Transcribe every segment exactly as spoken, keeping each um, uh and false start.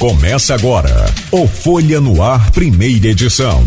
Começa agora o Folha no Ar, primeira edição.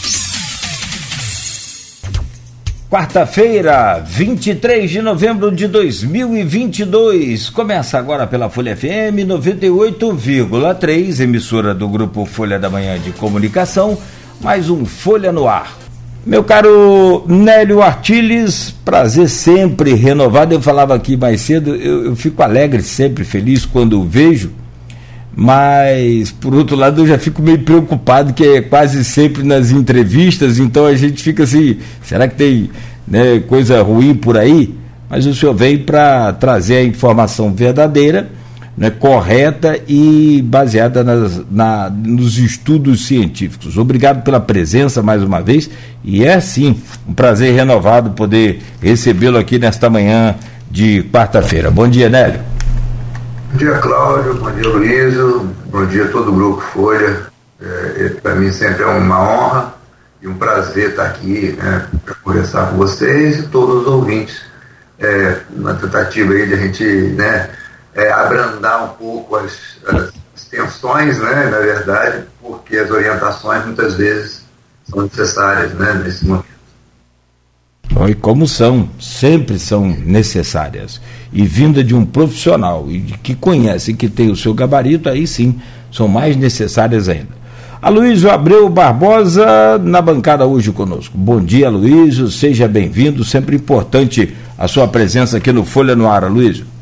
Quarta-feira, vinte e três de novembro de dois mil e vinte e dois. Começa agora pela Folha F M noventa e oito vírgula três, emissora do Grupo Folha da Manhã de Comunicação, mais um Folha no Ar. Meu caro Nélio Artiles, prazer sempre renovado. Eu falava aqui mais cedo, eu, eu fico alegre, sempre feliz quando vejo, mas por outro lado eu já fico meio preocupado, que é quase sempre nas entrevistas, então a gente fica assim, será que tem, né, coisa ruim por aí? Mas o senhor vem para trazer a informação verdadeira, né, correta e baseada nas, na, nos estudos científicos. Obrigado pela presença mais uma vez, e é sim um prazer renovado poder recebê-lo aqui nesta manhã de quarta-feira. Bom dia, Nélio. Bom dia, Cláudio, bom dia, Luísio, bom dia a todo o Grupo Folha. É, para mim sempre é uma honra e um prazer estar aqui, né, para conversar com vocês e todos os ouvintes, é, na tentativa aí de a gente, né, É, abrandar um pouco as, as tensões, né, na verdade, porque as orientações muitas vezes são necessárias, né, nesse momento. E como são, sempre são necessárias. E vinda de um profissional e de que conhece, que tem o seu gabarito, aí sim, são mais necessárias ainda. Aloysio Abreu Barbosa, na bancada hoje conosco. Bom dia, Aloysio, seja bem-vindo, sempre importante a sua presença aqui no Folha no Ar, Aloysio.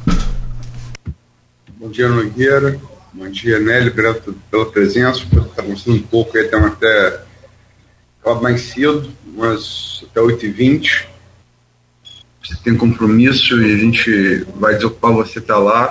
Bom dia, Nogueira. Bom dia, Nélio. Obrigado pela presença. Está conversando um pouco aí, estamos até mais cedo, mas até oito e vinte. Você tem compromisso e a gente vai desocupar você até lá.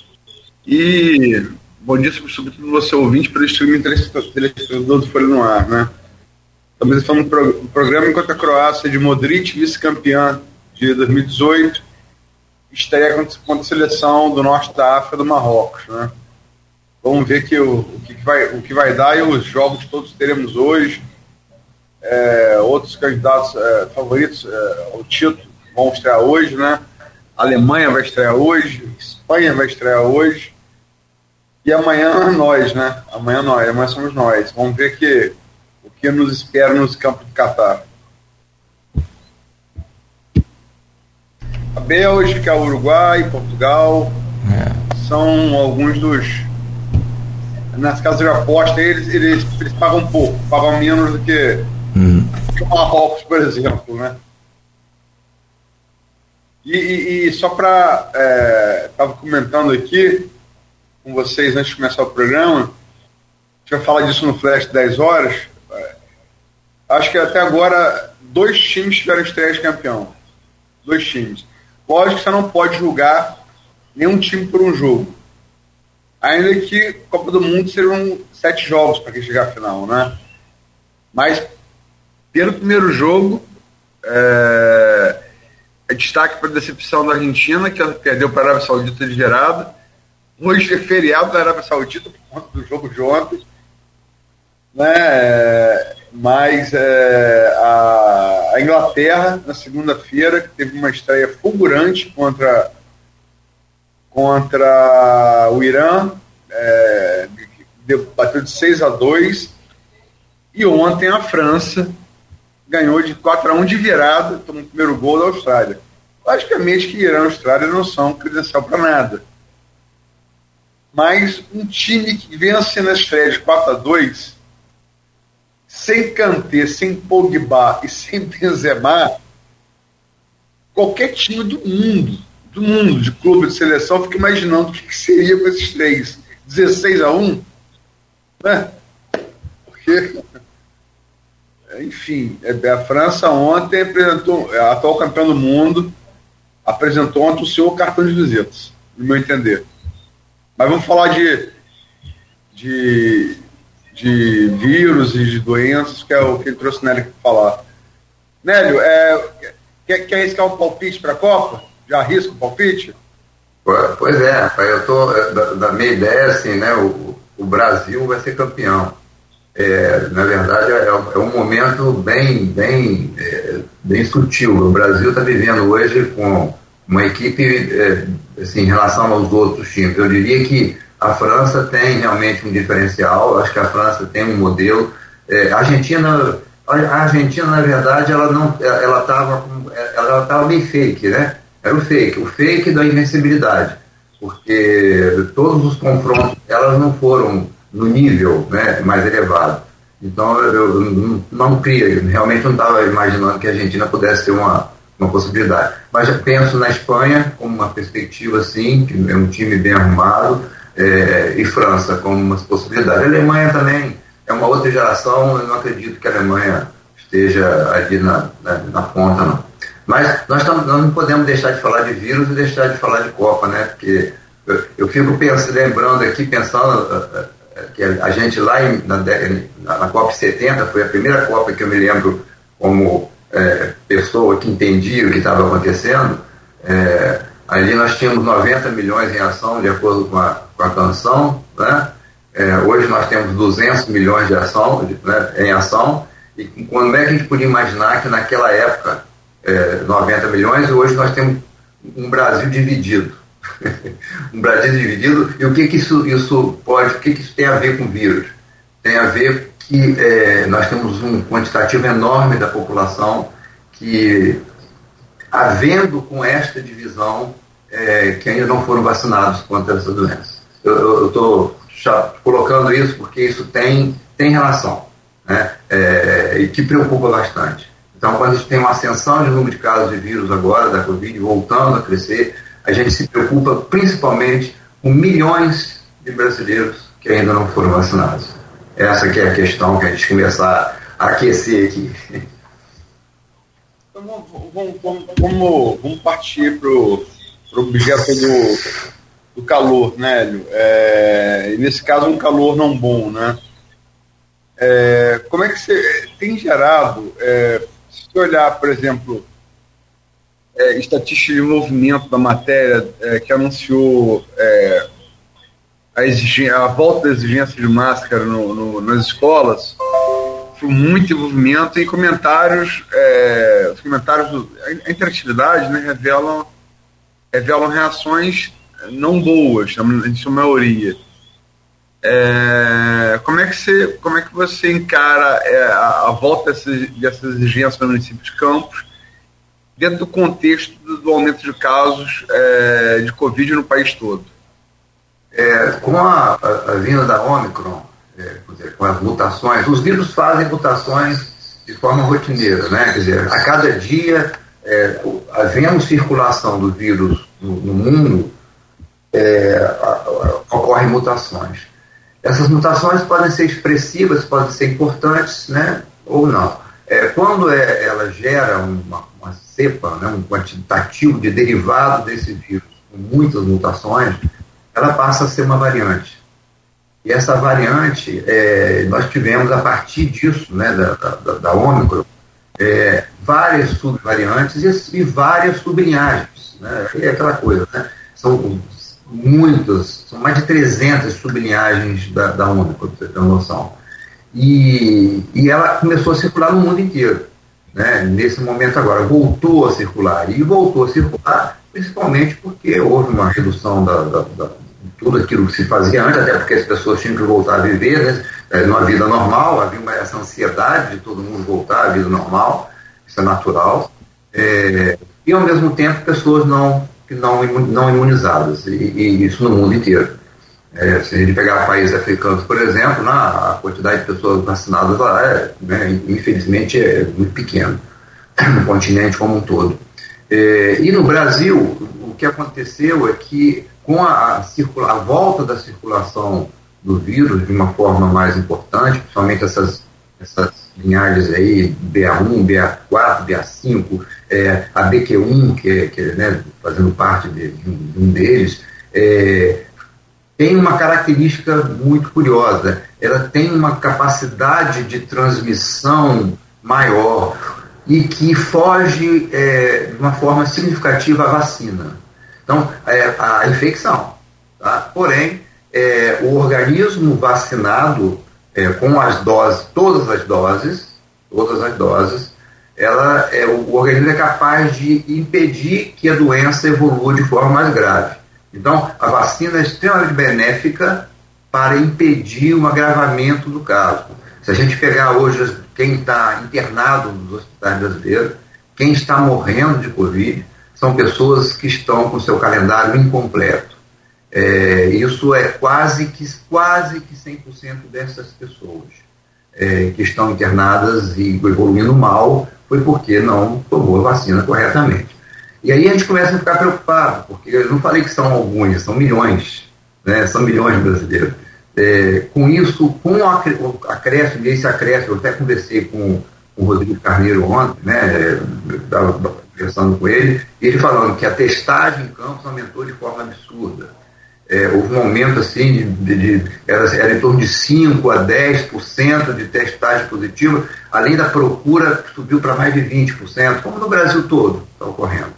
E bom dia, sobretudo você ouvinte, pelo streaming telespectador do Folha no Ar, né? Estamos falando do pro, programa enquanto a Croácia de Modric, vice-campeã de dois mil e dezoito, estreia contra a seleção do norte da África, do Marrocos, né? Vamos ver que o, o, que vai, o que vai dar, e os jogos todos teremos hoje. É, outros candidatos é, favoritos é, ao título vão estrear hoje, né? A Alemanha vai estrear hoje, a Espanha vai estrear hoje, e amanhã nós, né? Amanhã nós, amanhã somos nós. Vamos ver que, o que nos espera nos campos de Catar. A Bélgica, o Uruguai, Portugal, é. são alguns dos... Nas casas de aposta, eles, eles, eles pagam pouco, pagam menos do que, hum. que o Marrocos, por exemplo, né? E, e, e só para... Estava é, comentando aqui com vocês antes de começar o programa, a gente vai falar disso no Flash de dez horas. É, acho que até agora dois times tiveram estreia de campeão. Dois times. Lógico que você não pode julgar nenhum time por um jogo. Ainda que Copa do Mundo serão sete jogos para quem chegar à final, né? Mas, pelo primeiro jogo, é, é destaque para a decepção da Argentina, que perdeu para a Arábia Saudita de gerada. Hoje é feriado da Arábia Saudita por conta do jogo de ontem. Né? Mas é, a, a Inglaterra, na segunda-feira, que teve uma estreia fulgurante contra, contra o Irã, é, deu, bateu de seis a dois, e ontem a França ganhou de quatro a um de virada, tomou o primeiro gol da Austrália. Logicamente que Irã e Austrália não são credencial para nada. Mas um time que vence na estreia de quatro a dois, sem Kanté, sem Pogba e sem Benzema, qualquer time do mundo, do mundo, de clube, de seleção, fica imaginando o que seria com esses três. dezesseis a um, né? Porque, enfim, a França ontem apresentou, a atual campeã do mundo, apresentou ontem o seu cartão de visitas, no meu entender. Mas vamos falar de... de de vírus e de doenças, que é o que ele trouxe o Nélio para falar. Nélio, é, quer, quer arriscar um palpite para a Copa? Já arrisca o palpite? Pois é, eu tô da, da minha ideia, assim, né, o, o Brasil vai ser campeão. É, na verdade, é, é um momento bem, bem, é, bem sutil. O Brasil está vivendo hoje com uma equipe, é, assim, em relação aos outros times. Eu diria que A França tem realmente um diferencial, acho que a França tem um modelo. É, a Argentina, a Argentina, na verdade, ela não, ela estava ela estava meio fake, né? Era o fake, o fake da invencibilidade, porque todos os confrontos, elas não foram no nível, né, mais elevado. Então, eu não, não cria, realmente não estava imaginando que a Argentina pudesse ter uma, uma possibilidade. Mas já penso na Espanha como uma perspectiva, sim, que é um time bem arrumado, é, e França como uma possibilidade. A Alemanha também é uma outra geração, eu não acredito que a Alemanha esteja ali na, na, na ponta, não. Mas nós, tamo, nós não podemos deixar de falar de vírus e deixar de falar de Copa, né? Porque eu, eu fico pensando, lembrando aqui, pensando uh, uh, que a gente lá em, na, na Copa setenta, foi a primeira Copa que eu me lembro como é, pessoa que entendia o que estava acontecendo. É, ali nós tínhamos noventa milhões em ação, de acordo com a, com a canção, né? É, hoje nós temos duzentos milhões de ação, de, né, em ação. E quando é que a gente podia imaginar que naquela época, é, noventa milhões, e hoje nós temos um Brasil dividido. um Brasil dividido, e o que que isso, isso pode, o que que isso tem a ver com o vírus? Tem a ver que é, nós temos um quantitativo enorme da população que, havendo com esta divisão, é, que ainda não foram vacinados contra essa doença. Eu estou colocando isso porque isso tem, tem relação, né? É, e que preocupa bastante. Então, quando a gente tem uma ascensão de número de casos de vírus agora, da Covid, voltando a crescer, a gente se preocupa principalmente com milhões de brasileiros que ainda não foram vacinados. Essa que é a questão que a gente começar a aquecer aqui. Então, vamos, vamos, vamos, vamos partir para o objeto do, do calor, né, Hélio? É, e nesse caso, um calor não bom, né? É, como é que você tem gerado... É, se você olhar, por exemplo, é, estatística de movimento da matéria é, que anunciou é, a, exigência, a volta da exigência de máscara no, no, nas escolas, foi muito envolvimento e comentários, é, os comentários, do, a interatividade, né, revelam, revelam reações não boas, em sua maioria. É, como, é que você, como é que você encara é, a, a volta dessas, dessas exigências no município de Campos dentro do contexto do, do aumento de casos é, de Covid no país todo? É, com a, a, a vinda da Ômicron, é, com as mutações, os vírus fazem mutações de forma rotineira, né? Quer dizer, a cada dia, é, havendo circulação do vírus no, no mundo, é, a, a, ocorrem mutações. Essas mutações podem ser expressivas, podem ser importantes, né, ou não. É, quando é, ela gera uma, uma cepa, né, um quantitativo de derivado desse vírus, com muitas mutações, ela passa a ser uma variante. E essa variante, é, nós tivemos a partir disso, né, da, da, da Ômicron, é, várias subvariantes e, e várias sublinhagens, né, é aquela coisa, né, são muitas, são mais de trezentas sublinhagens da, da Ômicron, para você ter uma noção. E, e ela começou a circular no mundo inteiro, né? Nesse momento agora, voltou a circular, e voltou a circular principalmente porque houve uma redução da, da, da, de tudo aquilo que se fazia antes, até porque as pessoas tinham que voltar a viver, né? Numa vida normal, havia uma, essa ansiedade de todo mundo voltar à vida normal, isso é natural, é, e ao mesmo tempo pessoas não Não, não imunizadas, e, e isso no mundo inteiro. É, se a gente pegar países africanos, por exemplo, na, a quantidade de pessoas vacinadas lá, é, né, infelizmente, é muito pequena, no continente como um todo. É, e no Brasil, o que aconteceu é que, com a, a, circula, a volta da circulação do vírus de uma forma mais importante, principalmente essas, essas linhagens aí, B A um, B A quatro, B A cinco, é, a B Q um, que, que né, fazendo parte de, de, um, de um deles, é, tem uma característica muito curiosa. Ela tem uma capacidade de transmissão maior e que foge é, de uma forma significativa à vacina. Então, é, a infecção. Tá? Porém, é, o organismo vacinado, é, com as doses, todas as doses, todas as doses, ela, é, o organismo é capaz de impedir que a doença evolua de forma mais grave. Então, a vacina é extremamente benéfica para impedir um agravamento do caso. Se a gente pegar hoje quem está internado nos hospitais brasileiros, quem está morrendo de Covid, são pessoas que estão com seu calendário incompleto. É, isso é quase que, quase que cem por cento dessas pessoas é, que estão internadas e evoluindo mal, foi porque não tomou a vacina corretamente. E aí a gente começa a ficar preocupado, porque eu não falei que são alguns, são milhões, né, são milhões de brasileiros. É, com isso, com o acréscimo, esse acréscimo, eu até conversei com o Rodrigo Carneiro ontem, né, estava conversando com ele, e ele falando que a testagem em campos aumentou de forma absurda. É, houve um aumento assim, de, de, de, era, era em torno de cinco a dez por cento de testagem positiva, além da procura que subiu para mais de vinte por cento, como no Brasil todo está ocorrendo.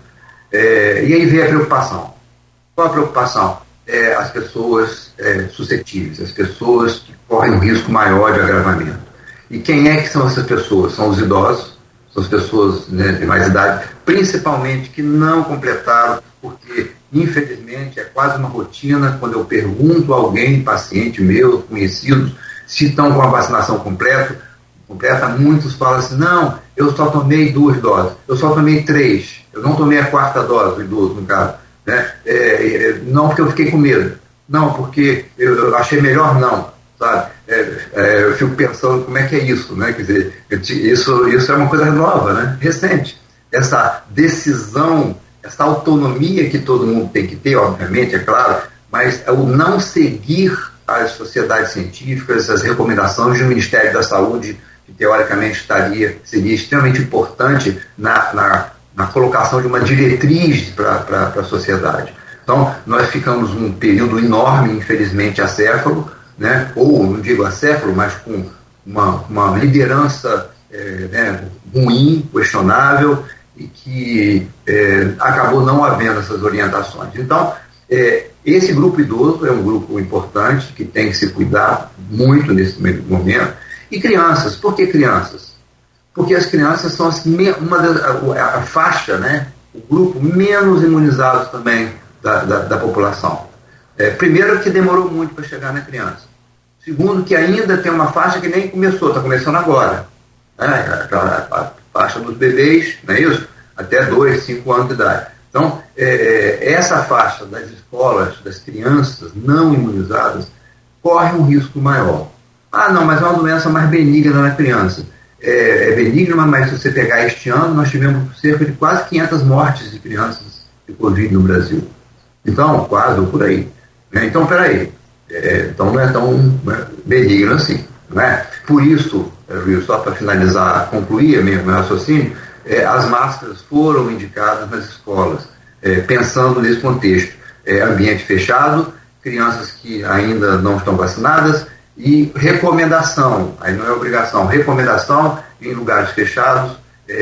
É, e aí vem a preocupação. Qual a preocupação? É, as pessoas é, suscetíveis, as pessoas que correm um risco maior de agravamento. E quem é que são essas pessoas? São os idosos, são as pessoas, né, de mais idade, principalmente que não completaram, porque infelizmente é quase uma rotina quando eu pergunto a alguém, paciente meu, conhecidos, se estão com a vacinação completa, completa, muitos falam assim, não, eu só tomei duas doses, eu só tomei três, eu não tomei a quarta dose, o idoso no caso, né? é, é, não porque eu fiquei com medo, não porque eu, eu achei melhor não, sabe? É, é, eu fico pensando como é que é isso, né? Quer dizer, isso, isso é uma coisa nova, né? Recente, essa decisão, essa autonomia que todo mundo tem que ter, obviamente, é claro, mas o não seguir as sociedades científicas, as recomendações do Ministério da Saúde, que teoricamente estaria, seria extremamente importante na, na, na colocação de uma diretriz para a sociedade. Então, nós ficamos um período enorme, infelizmente, acéfalo, né? Ou, não digo acéfalo, mas com uma, uma liderança é, né, ruim, questionável, e que é, acabou não havendo essas orientações. Então, é, esse grupo idoso é um grupo importante, que tem que se cuidar muito nesse momento. E crianças, por que crianças? Porque as crianças são as, uma das, a, a faixa, né, o grupo menos imunizado também da, da, da população. É, primeiro, que demorou muito para chegar na criança. Segundo, que ainda tem uma faixa que nem começou, está começando agora. Né, a, a, a faixa dos bebês, não é isso? Até dois, cinco anos de idade. Então, é, essa faixa das escolas, das crianças não imunizadas, corre um risco maior. Ah, não, mas é uma doença mais benigna na criança. É, é benigna, mas se você pegar este ano, nós tivemos cerca de quase quinhentas mortes de crianças de Covid no Brasil. Então, quase, ou por aí. Né? Então, peraí. É, então, não é tão né, benigno assim. Não é? Por isso, só para finalizar, concluir mesmo meu raciocínio, é, as máscaras foram indicadas nas escolas, é, pensando nesse contexto. É, ambiente fechado, crianças que ainda não estão vacinadas, e recomendação, aí não é obrigação, recomendação em lugares fechados,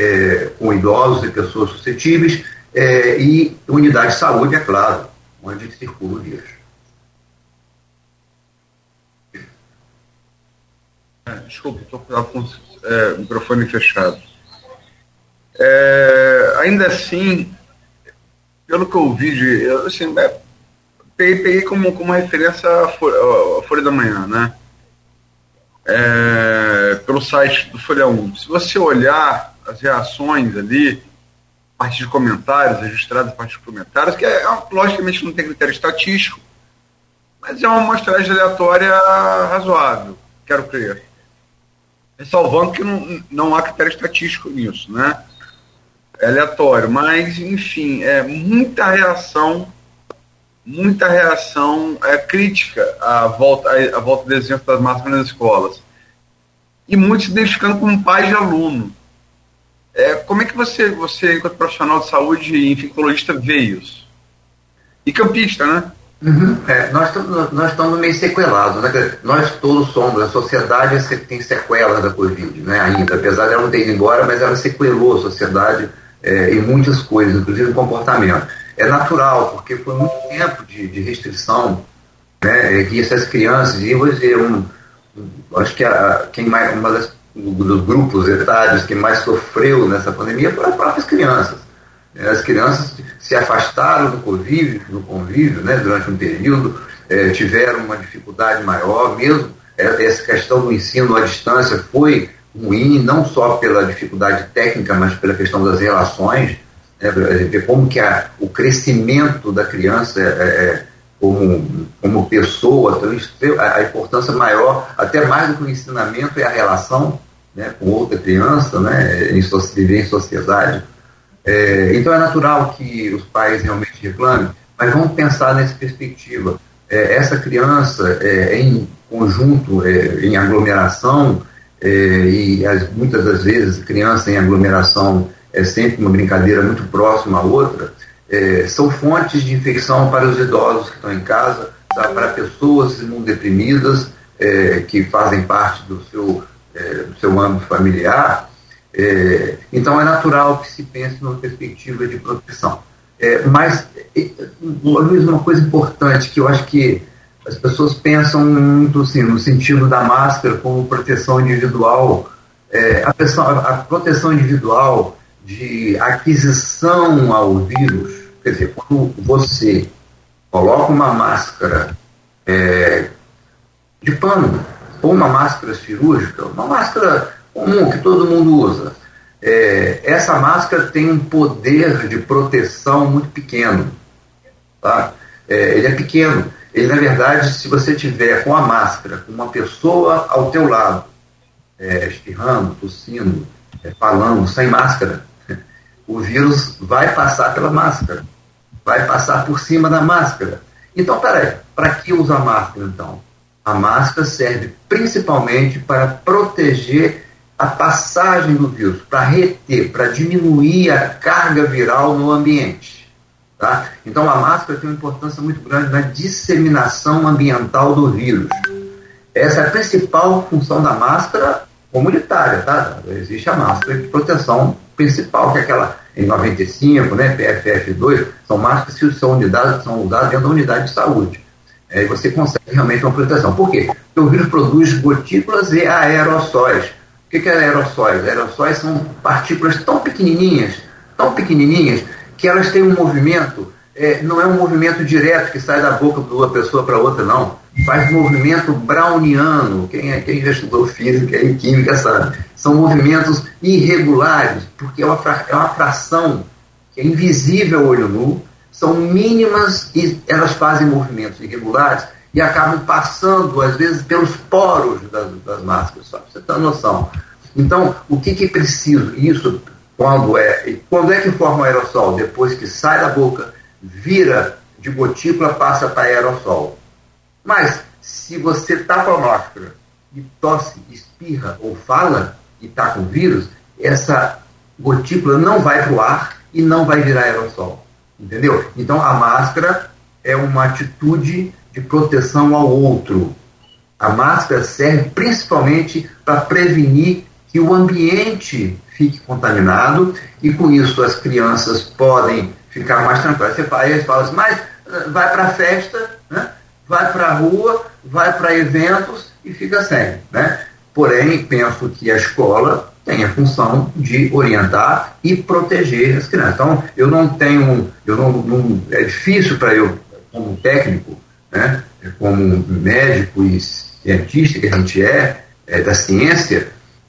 é, com idosos e pessoas suscetíveis, é, e unidade de saúde, é claro, onde circula o vírus. Desculpa, estou com o microfone fechado. É, ainda assim, pelo que eu vi, de, eu, assim, é, peguei, peguei como, como referência a Folha, a Folha da Manhã, né? É, pelo site do Folha um. Se você olhar as reações ali, a partir de comentários, registradas a partir de comentários, que é, logicamente não tem critério estatístico, mas é uma amostragem aleatória razoável, quero crer. Ressalvando que não, não há critério estatístico nisso, né? É aleatório, mas, enfim, é muita reação, muita reação é, crítica à volta, à, à volta do exemplo das máscaras nas escolas. E muitos se identificando como pais de aluno. É, como é que você, você, enquanto profissional de saúde e infectologista, vê isso? E campista, né? Uhum. É, nós, nós estamos meio sequelados, né? Nós todos somos, a sociedade tem sequelas da Covid, né? Ainda, apesar de ela não ter ido embora, mas ela sequelou a sociedade é, em muitas coisas, inclusive no comportamento. É natural, porque foi muito tempo de, de restrição, né? Que essas crianças, e eu vou dizer, um, acho que a, quem mais, uma das, dos grupos etários que mais sofreu nessa pandemia foram as próprias crianças. As crianças se afastaram do convívio, do convívio né, durante um período, eh, tiveram uma dificuldade maior, mesmo essa questão do ensino à distância foi ruim, não só pela dificuldade técnica, mas pela questão das relações, né, ver como que a, o crescimento da criança é, é, como, como pessoa, então, a, a importância maior, até mais do que o ensinamento, é a relação, né, com outra criança, né, em so, viver em sociedade. É, então é natural que os pais realmente reclamem, mas vamos pensar nessa perspectiva. É, essa criança é, em conjunto, é, em aglomeração, é, e as, muitas das vezes criança em aglomeração é sempre uma brincadeira muito próxima à outra, é, são fontes de infecção para os idosos que estão em casa, tá? Para pessoas imunodeprimidas, é, que fazem parte do seu, é, do seu âmbito familiar. É, então é natural que se pense numa perspectiva de proteção. É, mas, Luiz, uma coisa importante que eu acho que as pessoas pensam muito assim, no sentido da máscara como proteção individual. É, a, pessoa, a proteção individual de aquisição ao vírus, quer dizer, quando você coloca uma máscara é, de pano ou uma máscara cirúrgica, uma máscara comum que todo mundo usa, é, essa máscara tem um poder de proteção muito pequeno, tá? É, ele é pequeno. Ele, na verdade, se você tiver com a máscara, com uma pessoa ao teu lado, é, espirrando, tossindo, é, falando, sem máscara, o vírus vai passar pela máscara, vai passar por cima da máscara. Então, peraí, para que usar máscara, então? A máscara serve principalmente para proteger a passagem do vírus, para reter, para diminuir a carga viral no ambiente. Tá? Então a máscara tem uma importância muito grande na disseminação ambiental do vírus. Essa é a principal função da máscara comunitária. Tá? Existe a máscara de proteção principal, que é aquela N noventa e cinco, né, P F F dois, são máscaras que são, unidades, são usadas dentro da unidade de saúde. É, e você consegue realmente uma proteção. Por quê? Porque o vírus produz gotículas e aerossóis. O que é aerossóis? Aerossóis são partículas tão pequenininhas, tão pequenininhas, que elas têm um movimento, é, não é um movimento direto que sai da boca de uma pessoa para outra, não. Faz movimento browniano. Quem, é, quem já estudou física e química sabe. São movimentos irregulares, porque é uma, fra, é uma fração que é invisível ao olho nu, são mínimas e elas fazem movimentos irregulares e acabam passando, às vezes, pelos poros das, das máscaras, só para você ter uma noção. Então, o que que é preciso? Isso, quando é, quando é que forma o aerossol? Depois que sai da boca, vira de gotícula, passa para aerossol. Mas, se você está com a máscara e tosse, espirra ou fala e está com vírus, essa gotícula não vai para o ar e não vai virar aerossol. Entendeu? Então, a máscara é uma atitude de proteção ao outro. A máscara serve principalmente para prevenir que o ambiente fique contaminado e, com isso, as crianças podem ficar mais tranquilas. Você fala, eles falam assim, mas vai para a festa, né? Vai para a rua, vai para eventos e fica sem. Né? Porém, penso que a escola tem a função de orientar e proteger as crianças. Então, eu não tenho, eu não, não é difícil para eu, como técnico, né, como médico e cientista que a gente é, é da ciência,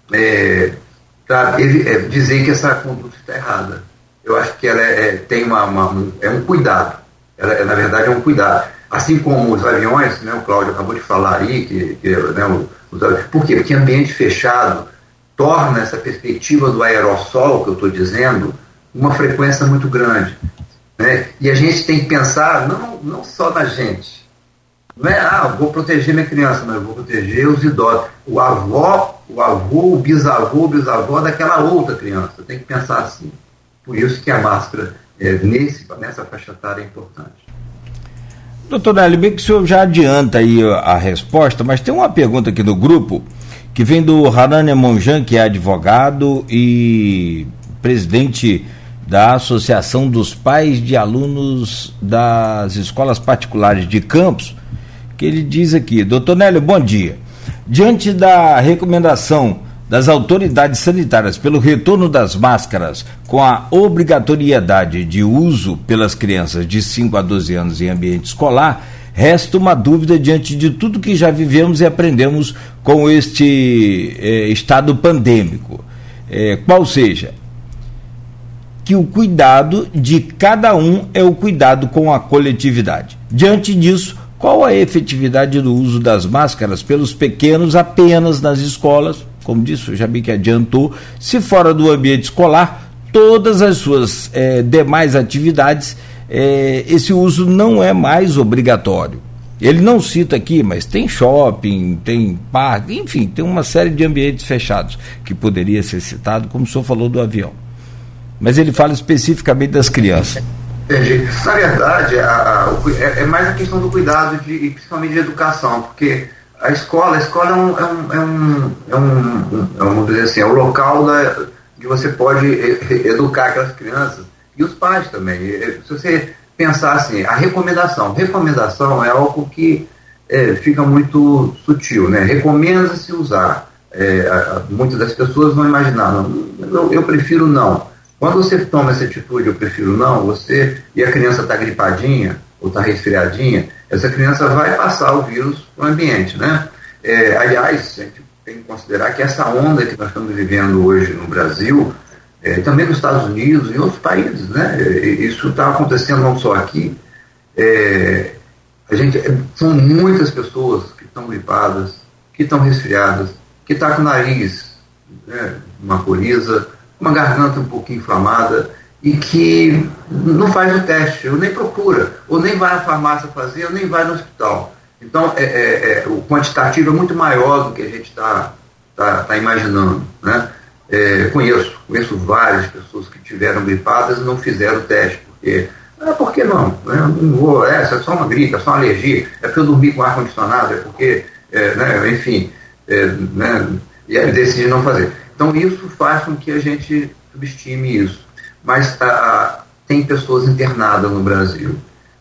é, pra, é, dizer que essa conduta está errada. Eu acho que ela é, é, tem uma, uma, um, é um cuidado. Ela, é, na verdade, é um cuidado. Assim como os aviões, né, o Cláudio acabou de falar aí, que, que, né, os, por quê? Porque ambiente fechado torna essa perspectiva do aerossol, que eu estou dizendo, uma frequência muito grande. Né? E a gente tem que pensar não, não só na gente. Não é, ah, vou proteger minha criança, mas eu vou proteger os idosos. O avó, o avô, o bisavô, o bisavó daquela outra criança. Tem que pensar assim. Por isso que a máscara, é, nesse, nessa faixa etária, é importante. Doutor Nélio, bem que o senhor já adianta aí a resposta, mas tem uma pergunta aqui do grupo, que vem do Harania Monjan, que é advogado e presidente da Associação dos Pais de Alunos das Escolas Particulares de Campos, que ele diz aqui: doutor Nélio, bom dia. Diante da recomendação das autoridades sanitárias pelo retorno das máscaras com a obrigatoriedade de uso pelas crianças de cinco a doze anos em ambiente escolar, resta uma dúvida diante de tudo que já vivemos e aprendemos com este eh, estado pandêmico. Eh, qual seja, que o cuidado de cada um é o cuidado com a coletividade. Diante disso, qual a efetividade do uso das máscaras pelos pequenos apenas nas escolas? Como disse, já vi que adiantou, se fora do ambiente escolar, todas as suas eh, demais atividades, eh, esse uso não é mais obrigatório. Ele não cita aqui, mas tem shopping, tem parque, enfim, tem uma série de ambientes fechados que poderia ser citado, como o senhor falou do avião. Mas ele fala especificamente das crianças. Entendi. Na verdade, a, a, é, é mais a questão do cuidado, de, e principalmente de educação, porque a escola, a escola é um, é um, é um, é um, é um vamos dizer assim, é um local da, que você pode educar aquelas crianças e os pais também. Se você pensar assim, a recomendação, recomendação é algo que é, fica muito sutil, né? Recomenda-se usar. É, a, muitas das pessoas vão imaginar, não, eu, eu prefiro não. Quando você toma essa atitude, eu prefiro não, você, e a criança está gripadinha, ou está resfriadinha, essa criança vai passar o vírus para o ambiente, né? É, aliás, a gente tem que considerar que essa onda que nós estamos vivendo hoje no Brasil, é, também nos Estados Unidos e em outros países, né? É, isso está acontecendo não só aqui. É, a gente, são muitas pessoas que estão gripadas, que estão resfriadas, que estão com o nariz, né, uma coriza, uma garganta um pouquinho inflamada e que não faz o teste, ou nem procura, ou nem vai na farmácia fazer, ou nem vai no hospital. Então, é, é, é, o quantitativo é muito maior do que a gente está tá, tá imaginando, né? É, conheço, conheço várias pessoas que tiveram gripadas e não fizeram o teste, porque, ah, por que não? Eu não vou, é, é só uma gripe, é só uma alergia, é porque eu dormi com ar-condicionado, é porque, é, né, enfim, é, né, e aí decidi não fazer. Então, isso faz com que a gente subestime isso. Mas ah, tem pessoas internadas no Brasil,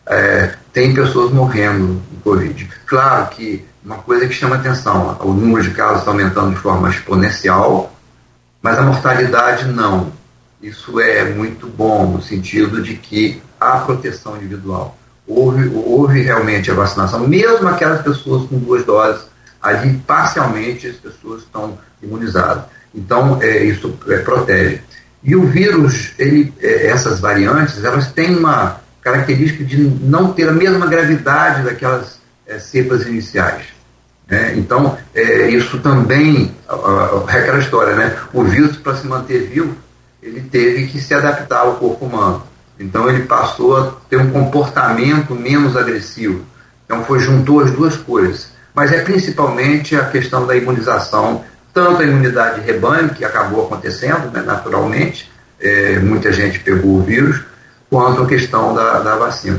é, tem pessoas morrendo de Covid. Claro que uma coisa que chama atenção, o número de casos está aumentando de forma exponencial, mas a mortalidade não. Isso é muito bom, no sentido de que há proteção individual. Houve, houve realmente a vacinação, mesmo aquelas pessoas com duas doses, ali parcialmente as pessoas estão imunizadas. Então, é, isso é, protege. E o vírus, ele, é, essas variantes, elas têm uma característica de não ter a mesma gravidade daquelas é, cepas iniciais. Né? Então, é, isso também é aquela história, né? O vírus, para se manter vivo, ele teve que se adaptar ao corpo humano. Então, ele passou a ter um comportamento menos agressivo. Então, foi, juntou as duas coisas. Mas é principalmente a questão da imunização, tanto a imunidade de rebanho, que acabou acontecendo, né, naturalmente, é, muita gente pegou o vírus, quanto a questão da, da vacina.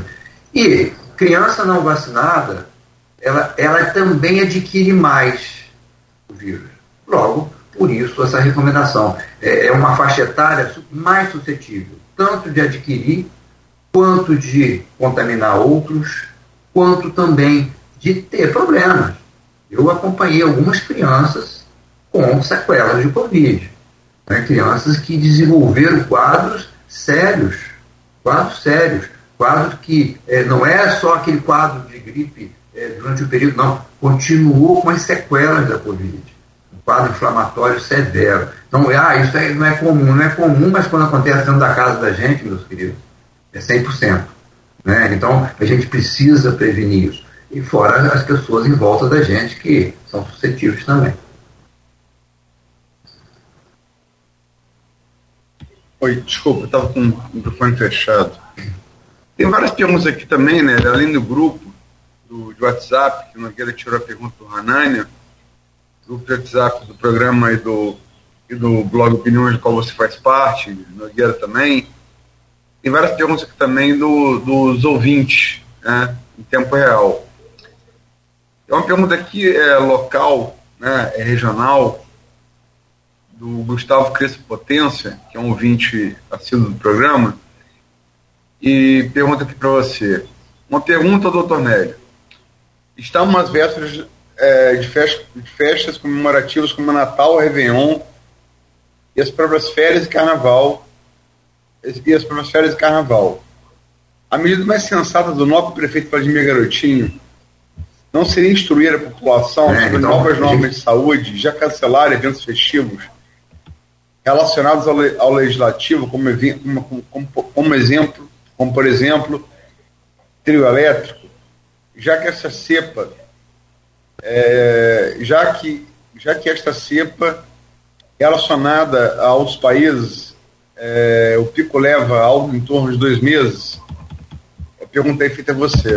E criança não vacinada, ela, ela também adquire mais o vírus. Logo, por isso, essa recomendação. É, é uma faixa etária mais suscetível, tanto de adquirir, quanto de contaminar outros, quanto também de ter problemas. Eu acompanhei algumas crianças com sequelas de Covid. Né? Crianças que desenvolveram quadros sérios, quadros sérios, quadros que é, não é só aquele quadro de gripe é, durante o período, não, continuou com as sequelas da Covid, um quadro inflamatório severo. Então, ah, isso é, não é comum, não é comum, mas quando acontece dentro da casa da gente, meus queridos, é cem por cento. Né? Então, a gente precisa prevenir isso. E fora as pessoas em volta da gente que são suscetíveis também. Oi, desculpa, eu estava com o microfone fechado. Tem várias perguntas aqui também, né? Além do grupo do, de WhatsApp, que o Nogueira tirou a pergunta do Hanania, grupo de WhatsApp do programa e do, e do blog Opiniões, do qual você faz parte, Nogueira também. Tem várias perguntas aqui também do, dos ouvintes, né, em tempo real. Tem uma pergunta aqui, é local, né, é regional, do Gustavo Crespo Potência, que é um ouvinte assíduo do programa, e pergunta aqui para você. Uma pergunta ao doutor Nélio. Estamos às vésperas é, de, festa, de festas comemorativas como Natal, Réveillon e as próprias férias de Carnaval. E as próprias férias de Carnaval. A medida mais sensata do nobre prefeito Vladimir Garotinho não seria instruir a população é, sobre então, novas normas de saúde, já cancelar eventos festivos relacionados ao, le, ao legislativo, como, como, como, como exemplo, como por exemplo, trio elétrico, já que essa cepa, é, já que já que esta cepa relacionada aos países, é, o pico leva algo em torno de dois meses. Eu perguntei feita a você.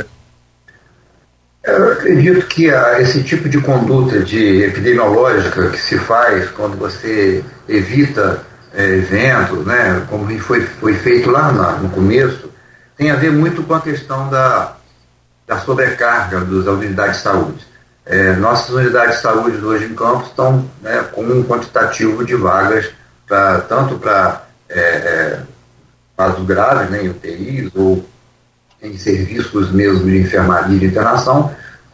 Eu acredito que a, esse tipo de conduta de epidemiológica que se faz quando você evita é, eventos, né, como foi, foi feito lá na, no começo, tem a ver muito com a questão da, da sobrecarga das unidades de saúde. É, nossas unidades de saúde hoje em Campos estão, né, com um quantitativo de vagas pra, tanto para é, é, casos graves, né, em U T Is ou em serviços mesmo de enfermaria e de internação,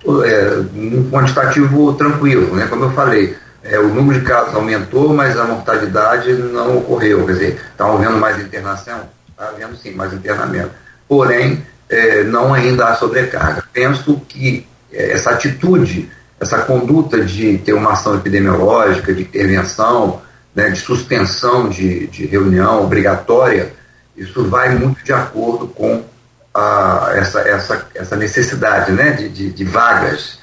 é, um quantitativo tranquilo, né? Como eu falei, é, o número de casos aumentou, mas a mortalidade não ocorreu, quer dizer, está havendo mais internação? Está havendo sim, mais internamento. Porém, é, não ainda há sobrecarga. Penso que é, essa atitude, essa conduta de ter uma ação epidemiológica, de intervenção, né, de suspensão de, de reunião obrigatória, isso vai muito de acordo com a, essa, essa, essa necessidade, né, de, de, de vagas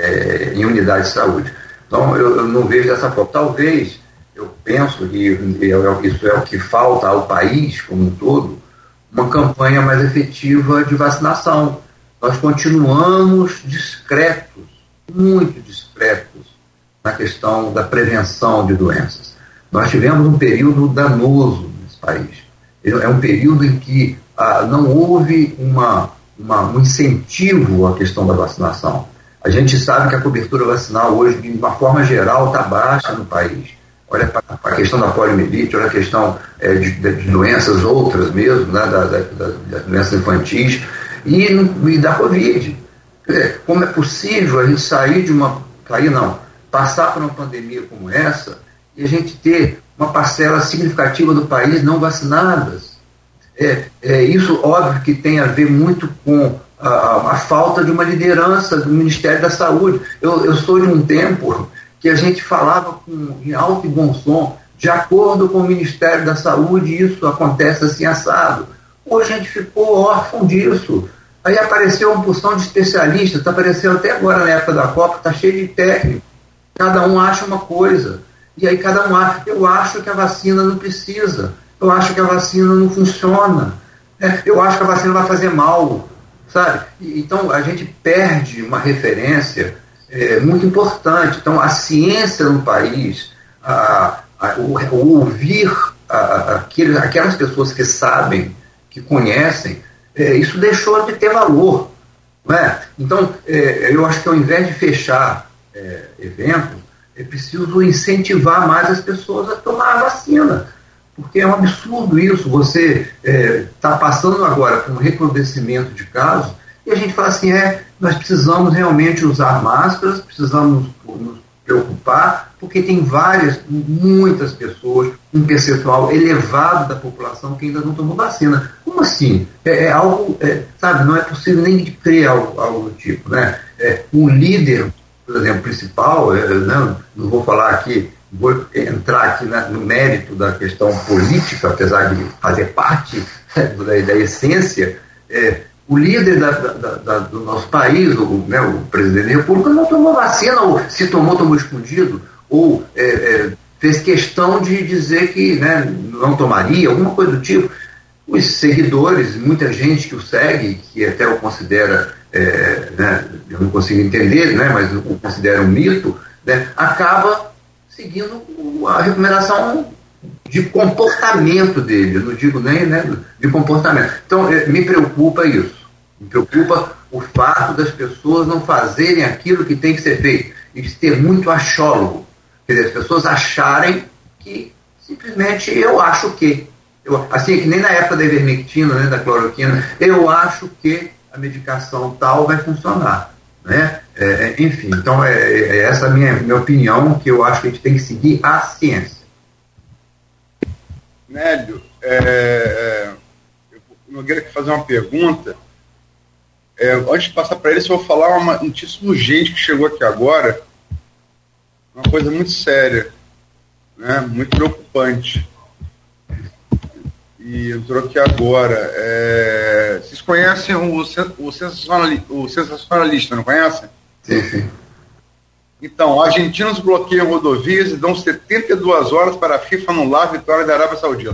é, em unidade de saúde. Então, eu, eu não vejo dessa forma. Talvez, eu penso que isso é o que falta ao país como um todo, uma campanha mais efetiva de vacinação. Nós continuamos discretos, muito discretos, na questão da prevenção de doenças. Nós tivemos um período danoso nesse país. É um período em que ah, não houve uma, uma, um incentivo à questão da vacinação. A gente sabe que a cobertura vacinal hoje, de uma forma geral, está baixa no país. Olha para a questão da poliomielite, olha a questão é, de, de doenças outras mesmo, né, da, da, da, das doenças infantis, e, e da Covid. Quer dizer, como é possível a gente sair de uma... Sair não, passar por uma pandemia como essa e a gente ter uma parcela significativa do país não vacinadas? É, é, isso, óbvio, que tem a ver muito com a, a, a falta de uma liderança do Ministério da Saúde. Eu, eu sou de um tempo que a gente falava com, em alto e bom som, de acordo com o Ministério da Saúde, isso acontece assim assado. Hoje a gente ficou órfão disso. Aí apareceu uma porção de especialistas, está aparecendo até agora na época da Copa, está cheio de técnicos. Cada um acha uma coisa. E aí cada um acha, eu acho que a vacina não precisa, eu acho que a vacina não funciona, é, eu acho que a vacina vai fazer mal, sabe? E, então a gente perde uma referência é, muito importante. Então a ciência no país, a, a, o, o ouvir a, a, aqueles, aquelas pessoas que sabem, que conhecem, é, isso deixou de ter valor, não é? Então é, eu acho que ao invés de fechar é, eventos, é preciso incentivar mais as pessoas a tomar a vacina, porque é um absurdo isso. Você está é, passando agora por um recrudescimento de casos e a gente fala assim, é, nós precisamos realmente usar máscaras, precisamos nos preocupar, porque tem várias, muitas pessoas, um percentual elevado da população que ainda não tomou vacina. Como assim? É, é algo, é, sabe, não é possível nem de crer algo, algo do tipo, né? É, um líder, por exemplo, principal, eu não, não vou falar aqui, vou entrar aqui na, no mérito da questão política, apesar de fazer parte da, da essência, é, o líder da, da, da, do nosso país, o, né, o presidente da República, não tomou vacina, ou se tomou, tomou escondido, ou é, é, fez questão de dizer que, né, não tomaria, alguma coisa do tipo. Os seguidores, muita gente que o segue, que até o considera, é, né, eu não consigo entender, né, mas o considera um mito, né, acaba seguindo a recomendação de comportamento dele, eu não digo nem, né, de comportamento. Então, me preocupa isso, me preocupa o fato das pessoas não fazerem aquilo que tem que ser feito, e de ter muito achólogo, quer dizer, as pessoas acharem que simplesmente eu acho que, eu, assim, que nem na época da ivermectina, né, da cloroquina, eu acho que a medicação tal vai funcionar, né? É, enfim, então é, é essa a minha, minha opinião, que eu acho que a gente tem que seguir a ciência. Nélio, é, eu Nogueira quer fazer uma pergunta. É, antes de passar para ele, só vou falar uma notícia urgente que chegou aqui agora, uma coisa muito séria, né, muito preocupante. E entrou aqui agora. É, vocês conhecem o, o, sensacionali, o sensacionalista, não conhecem? Sim, sim. Então, argentinos bloqueiam rodovias e dão setenta e duas horas para a FIFA anular a vitória da Arábia Saudita.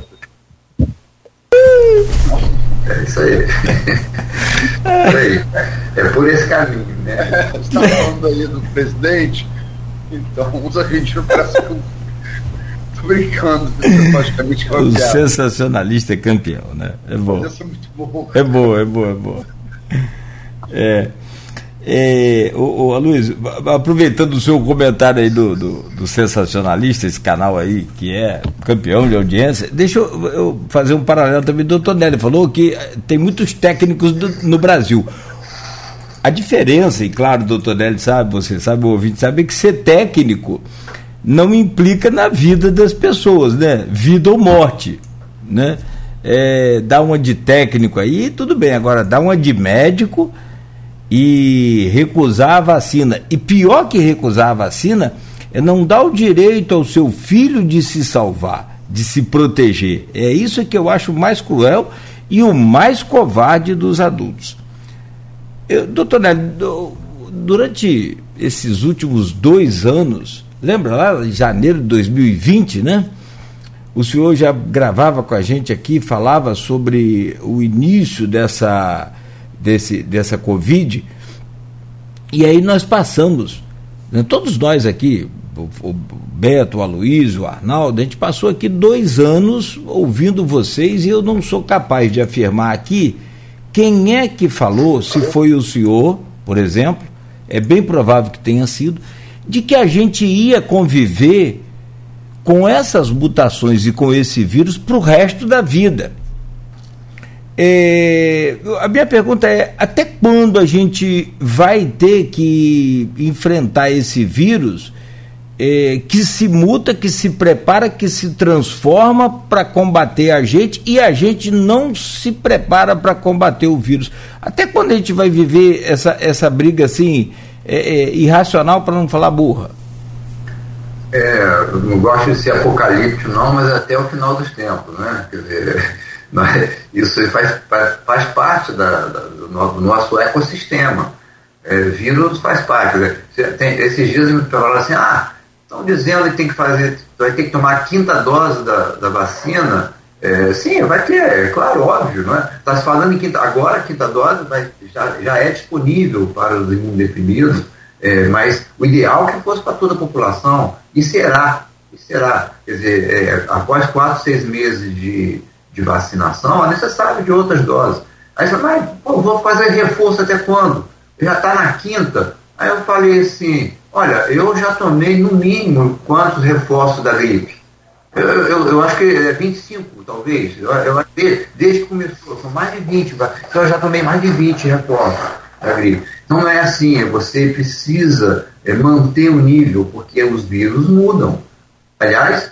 É isso aí. É isso aí. É por esse caminho, né? Você está falando aí do presidente? Então, os argentinos parecem que... Tô brincando. Praticamente o sensacionalista é campeão, né? É bom. Isso é muito bom. É bom, é bom, é bom. É... É, ô, ô, Aloysio, aproveitando o seu comentário aí do, do, do sensacionalista, esse canal aí, que é campeão de audiência, deixa eu, eu fazer um paralelo também. O doutor Nélio falou que tem muitos técnicos do, no Brasil. A diferença, e claro, o doutor Nélio sabe, você sabe, o ouvinte sabe, que ser técnico não implica na vida das pessoas, né? Vida ou morte, né? É, dá uma de técnico aí, tudo bem, agora dá uma de médico e recusar a vacina, e pior que recusar a vacina é não dar o direito ao seu filho de se salvar, de se proteger. É isso que eu acho mais cruel e o mais covarde dos adultos. Eu, doutor Nélio, durante esses últimos dois anos, lembra lá em janeiro de dois mil e vinte, né? O senhor já gravava com a gente aqui, falava sobre o início dessa Desse, dessa Covid, e aí nós passamos, né, todos nós aqui, o, o Beto, o Aloysio, o Arnaldo, a gente passou aqui dois anos ouvindo vocês, e eu não sou capaz de afirmar aqui quem é que falou, se foi o senhor, por exemplo, é bem provável que tenha sido, de que a gente ia conviver com essas mutações e com esse vírus para o resto da vida. É, a minha pergunta é, até quando a gente vai ter que enfrentar esse vírus é, que se muta, que se prepara, que se transforma para combater a gente, e a gente não se prepara para combater o vírus? Até quando a gente vai viver essa, essa briga assim, é, é, irracional, para não falar burra? É, eu não gosto de ser apocalíptico não, mas até o final dos tempos, né? Quer dizer... Isso faz, faz, faz parte da, da, do nosso ecossistema. É, vírus faz parte. Tem, esses dias me falaram assim, ah, estão dizendo que tem que fazer, vai ter que tomar a quinta dose da, da vacina. É, sim, vai ter, é claro, óbvio, não é? Está se falando em quinta, agora a quinta dose vai, já, já é disponível para os imunodeprimidos, é, mas o ideal é que fosse para toda a população, e será, e será. Quer dizer, é, após quatro, seis meses de de vacinação, é necessário de outras doses. Aí você vai, pô, vou fazer reforço até quando? Já está na quinta. Aí eu falei assim, olha, eu já tomei no mínimo quantos reforços da gripe? Eu, eu, eu acho que é vinte e cinco, talvez. Eu, eu, desde que começou, são mais de vinte. Então eu já tomei mais de vinte reforços da gripe. Então não é assim, você precisa é, manter o nível, porque os vírus mudam. Aliás,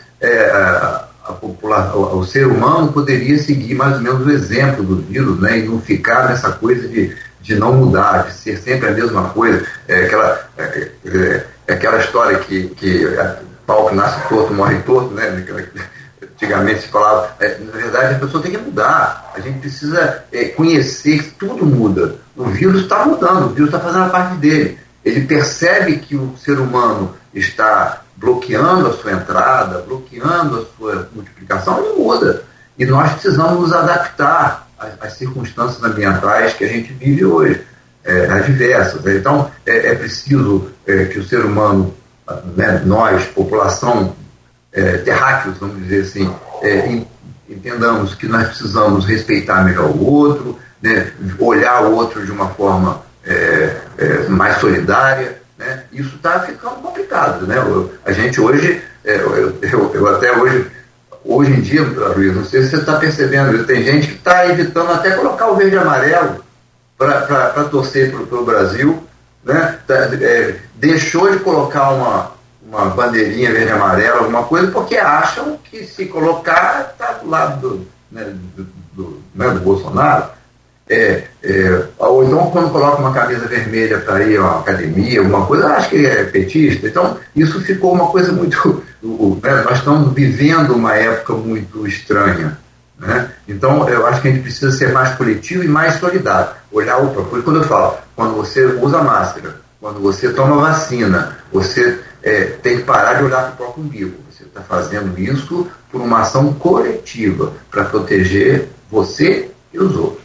é, A população, o ser humano poderia seguir mais ou menos o exemplo do vírus, né, e não ficar nessa coisa de, de não mudar, de ser sempre a mesma coisa. É aquela, é, é, é aquela história que, que é, pau que nasce torto morre torto, né? Antigamente se falava, é, na verdade a pessoa tem que mudar, a gente precisa é, conhecer que tudo muda. O vírus está mudando, o vírus está fazendo a parte dele. Ele percebe que o ser humano está bloqueando a sua entrada, bloqueando a sua multiplicação, ele muda. E nós precisamos nos adaptar às, às circunstâncias ambientais que a gente vive hoje, é, as diversas. Então, é, é preciso é, que o ser humano, né, nós, população, é, terráqueos, vamos dizer assim, é, entendamos que nós precisamos respeitar melhor o outro, né, olhar o outro de uma forma é, é, mais solidária. Né? Isso está ficando complicado, né? A gente hoje, é, eu, eu, eu até hoje, hoje em dia, Luiz, não sei se você está percebendo, tem gente que está evitando até colocar o verde e amarelo para torcer para o Brasil, né, é, deixou de colocar uma, uma bandeirinha verde e amarela, alguma coisa, porque acham que se colocar está do lado do, né, do, do, né, do Bolsonaro. É, é, ou então quando coloca uma camisa vermelha para ir a uma academia, alguma coisa, acho que é petista. Então isso ficou uma coisa muito... Né, nós estamos vivendo uma época muito estranha, né? Então eu acho que a gente precisa ser mais coletivo e mais solidário, olhar o próprio. Quando eu falo, quando você usa máscara, quando você toma vacina, você é, tem que parar de olhar para o próprio umbigo. Você está fazendo isso por uma ação coletiva para proteger você e os outros.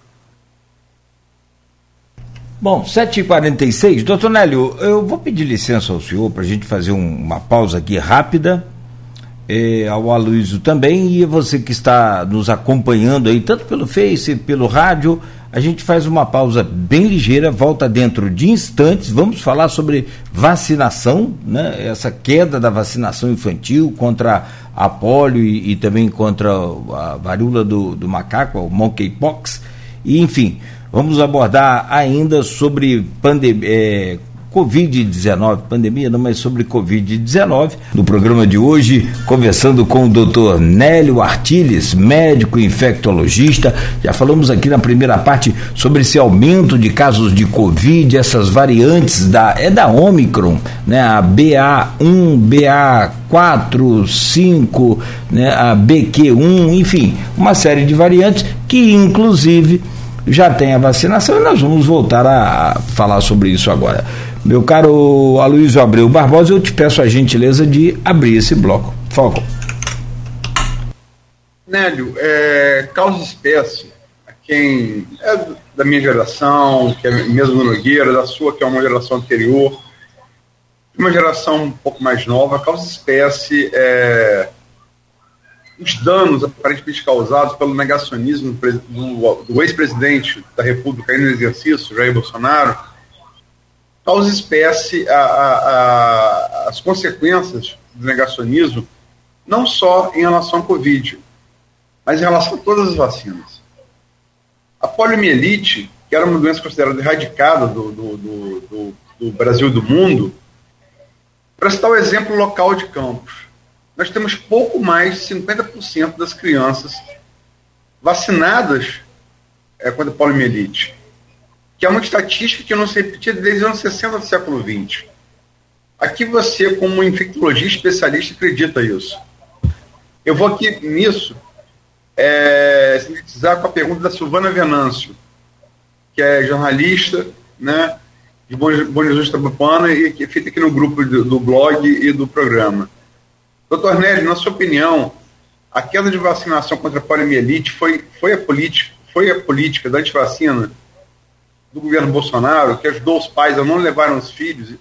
Bom, sete e quarenta e seis, doutor Nélio, eu vou pedir licença ao senhor para a gente fazer um, uma pausa aqui rápida, eh, ao Aloysio também, e você que está nos acompanhando aí, tanto pelo Face, pelo rádio, a gente faz uma pausa bem ligeira, volta dentro de instantes, vamos falar sobre vacinação, né? Essa queda da vacinação infantil contra a polio e, e também contra a varíola do, do macaco, o monkeypox, e enfim... Vamos abordar ainda sobre pandem- é, covid dezenove, pandemia não, mas sobre covid dezenove, no programa de hoje, conversando com o doutor Nélio Artiles, médico infectologista. Já falamos aqui na primeira parte sobre esse aumento de casos de Covid, essas variantes da, é da Omicron, né, a B A um, B A quatro, cinco, né, a B Q um, enfim, uma série de variantes que inclusive já tem a vacinação, e nós vamos voltar a falar sobre isso agora. Meu caro Aloysio Abreu Barbosa, eu te peço a gentileza de abrir esse bloco, por favor. Nélio, é, causa espécie, a quem é da minha geração, que é mesmo do Nogueira, da sua, que é uma geração anterior, uma geração um pouco mais nova, causa espécie é os danos aparentemente causados pelo negacionismo do, do ex-presidente da República ainda no exercício, Jair Bolsonaro, causa espécie a, a, a, as consequências do negacionismo, não só em relação à Covid, mas em relação a todas as vacinas. A poliomielite, que era uma doença considerada erradicada do, do, do, do, do Brasil e do mundo, para citar o exemplo local de Campos, nós temos pouco mais de cinquenta por cento das crianças vacinadas é, contra a poliomielite, que é uma estatística que não se repetia desde os anos sessenta do século vinte. Aqui você, como infectologista especialista, acredita isso. Eu vou aqui nisso é, sintetizar com a pergunta da Silvana Venâncio, que é jornalista, né, de Bom Jesus Tabupana e que é feita aqui no grupo do, do blog e do programa. Doutor Nélio, na sua opinião, a queda de vacinação contra a poliomielite foi, foi, a política, foi a política da antivacina do governo Bolsonaro, que ajudou os pais a não levarem os filhos